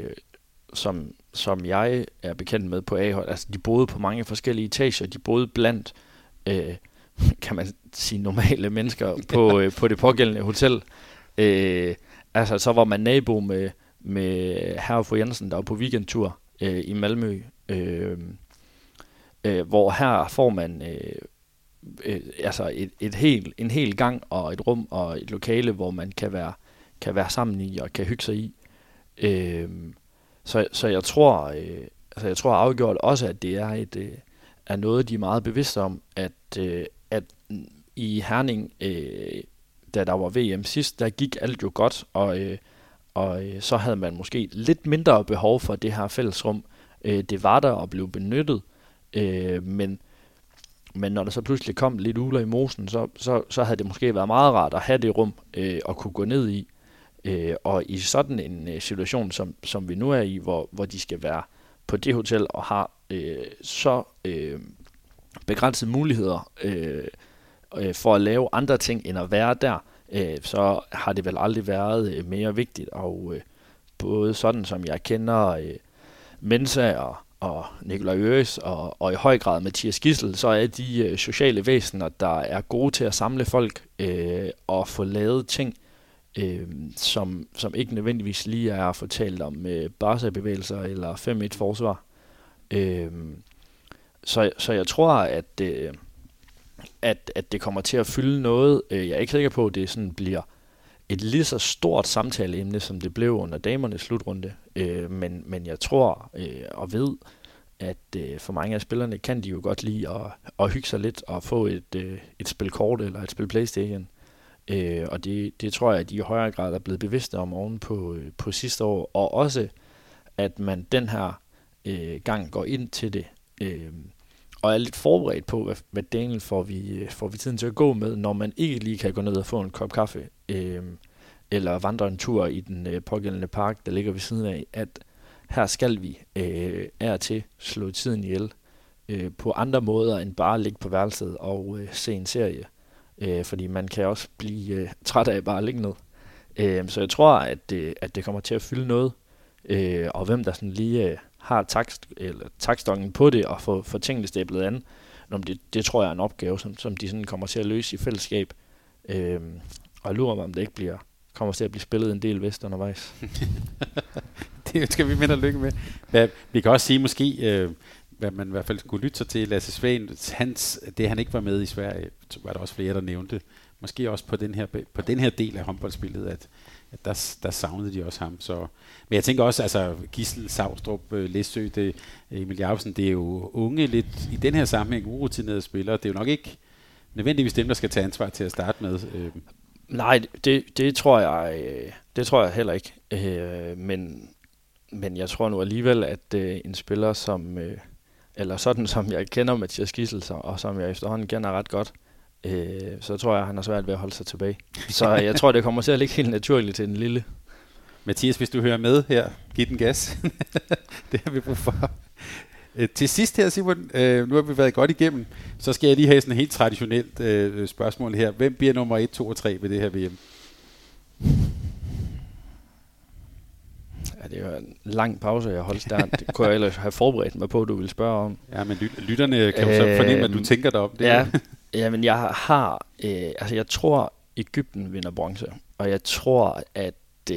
som jeg er bekendt med på A-hold. Altså, de boede på mange forskellige etager. De boede blandt, kan man sige, normale mennesker på det pågældende hotel. Altså, så var man nabo med herre og fru Jensen, der var på weekendtur i Malmø. Hvor her får man altså en hel gang og et rum og et lokale, hvor man kan være sammen i og kan hygge sig i. Så jeg tror, afgjort også, at det er noget, de er meget bevidste om, at i Herning, da der var VM sidst, der gik alt jo godt, og så havde man måske lidt mindre behov for det her fællesrum. Det var der og blev benyttet, men når der så pludselig kom lidt uler i mosen, så havde det måske været meget rart at have det rum og kunne gå ned i. Og i sådan en situation, som vi nu er i, hvor de skal være på det hotel og har så begrænsede muligheder for at lave andre ting end at være der, så har det vel aldrig været mere vigtigt. Og både sådan som jeg kender Mensa og Nikolaj Øres og i høj grad Mathias Gissel, så er de sociale væsener, der er gode til at samle folk og få lavet ting, som ikke nødvendigvis lige er fortalt om Barca-bevægelser eller 5-1-forsvar. Så jeg tror, at det kommer til at fylde noget. Jeg er ikke sikker på, at det sådan bliver et lige så stort samtaleemne, som det blev under damernes slutrunde. Men jeg tror og ved, at for mange af spillerne kan de jo godt lide at hygge sig lidt og få et spil kort eller et spil PlayStation. Og det tror jeg, at de i højere grad er blevet bevidste om oven på sidste år. Og også, at man den her gang går ind til det og er lidt forberedt på, hvad delen får vi tiden til at gå med, når man ikke lige kan gå ned og få en kop kaffe eller vandre en tur i den pågældende park, der ligger ved siden af, her skal vi af og til slå tiden ihjel på andre måder end bare at ligge på værelset og se en serie. Fordi man kan også blive træt af bare at ligge ned. Så jeg tror, at det kommer til at fylde noget. Og hvem der sådan lige har takstokken på det og får tingene stablet an, det tror jeg er en opgave, som de sådan kommer til at løse i fællesskab. Og jeg lurer mig, om det ikke kommer til at blive spillet en del vest undervejs. Det skal vi med at lykke med. Vi kan også sige måske, hvad man i hvert fald skulle lytte sig til, Lasse Svane, det han ikke var med i Sverige, var der også flere, der nævnte. Måske også på den her del af håndboldspillet, at der savnede de også ham. Så. Men jeg tænker også, altså Gisle, Savstrup, Læsø, Emil Jacobsen, det er jo unge, lidt i den her sammenhæng urutinerede spillere. Det er jo nok ikke nødvendigvis dem, der skal tage ansvar til at starte med. Nej, det tror jeg heller ikke. Men jeg tror nu alligevel, at en spiller som eller sådan som jeg kender Mathias Gisle, og som jeg efterhånden kender ret godt, så tror jeg, han har svært ved at holde sig tilbage. Så jeg tror, det kommer til at ligge helt naturligt til den lille. Mathias, hvis du hører med her, giv den gas. Det har vi brug for. Til sidst her, Simon, nu har vi været godt igennem, så skal jeg lige have sådan et helt traditionelt spørgsmål her. Hvem bliver nummer 1, 2 og 3 ved det her VM? Ja, det er jo en lang pause, jeg holdt der. Det kunne jeg ellers have forberedt mig på, du ville spørge om. Ja, men lytterne kan jo så fornemme, at du tænker dig om det. Ja, men jeg har... jeg tror, Egypten vinder bronze. Og jeg tror, at...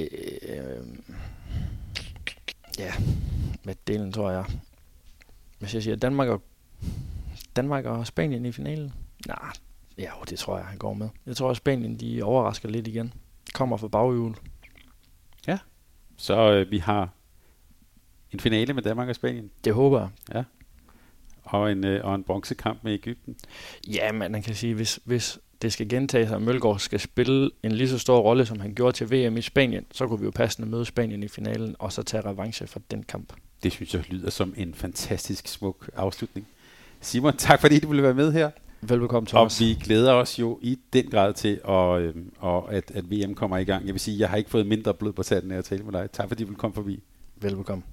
med delen tror jeg... Hvis jeg siger Danmark og Spanien i finalen? Nej, det tror jeg, han går med. Jeg tror, at Spanien de overrasker lidt igen. Kommer fra baghjul. Ja, så vi har en finale med Danmark og Spanien. Det håber jeg. Ja. Og en bronzekamp med Egypten. Ja, men man kan sige, hvis det skal gentage sig, og Mølgaard skal spille en lige så stor rolle, som han gjorde til VM i Spanien, så kunne vi jo passende møde Spanien i finalen, og så tage revanche for den kamp. Det synes jeg lyder som en fantastisk smuk afslutning. Simon, tak fordi du ville være med her. Velbekomme, Thomas. Og vi glæder os jo i den grad til, at VM kommer i gang. Jeg vil sige, jeg har ikke fået mindre blod på tanden af at tale med dig. Tak fordi du ville komme forbi. Velbekomme.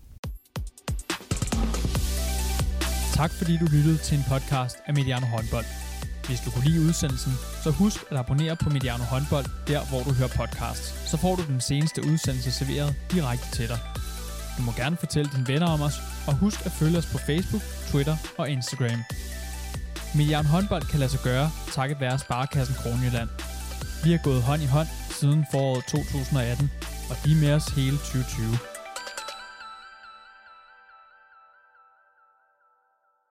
Tak fordi du lyttede til en podcast af Mediano Håndbold. Hvis du kunne lide udsendelsen, så husk at abonnere på Mediano Håndbold, der hvor du hører podcasts. Så får du den seneste udsendelse serveret direkte til dig. Du må gerne fortælle dine venner om os, og husk at følge os på Facebook, Twitter og Instagram. Mediano Håndbold kan lade sig gøre, takket være Sparekassen Kronjylland. Vi har gået hånd i hånd siden foråret 2018, og de er med os hele 2020.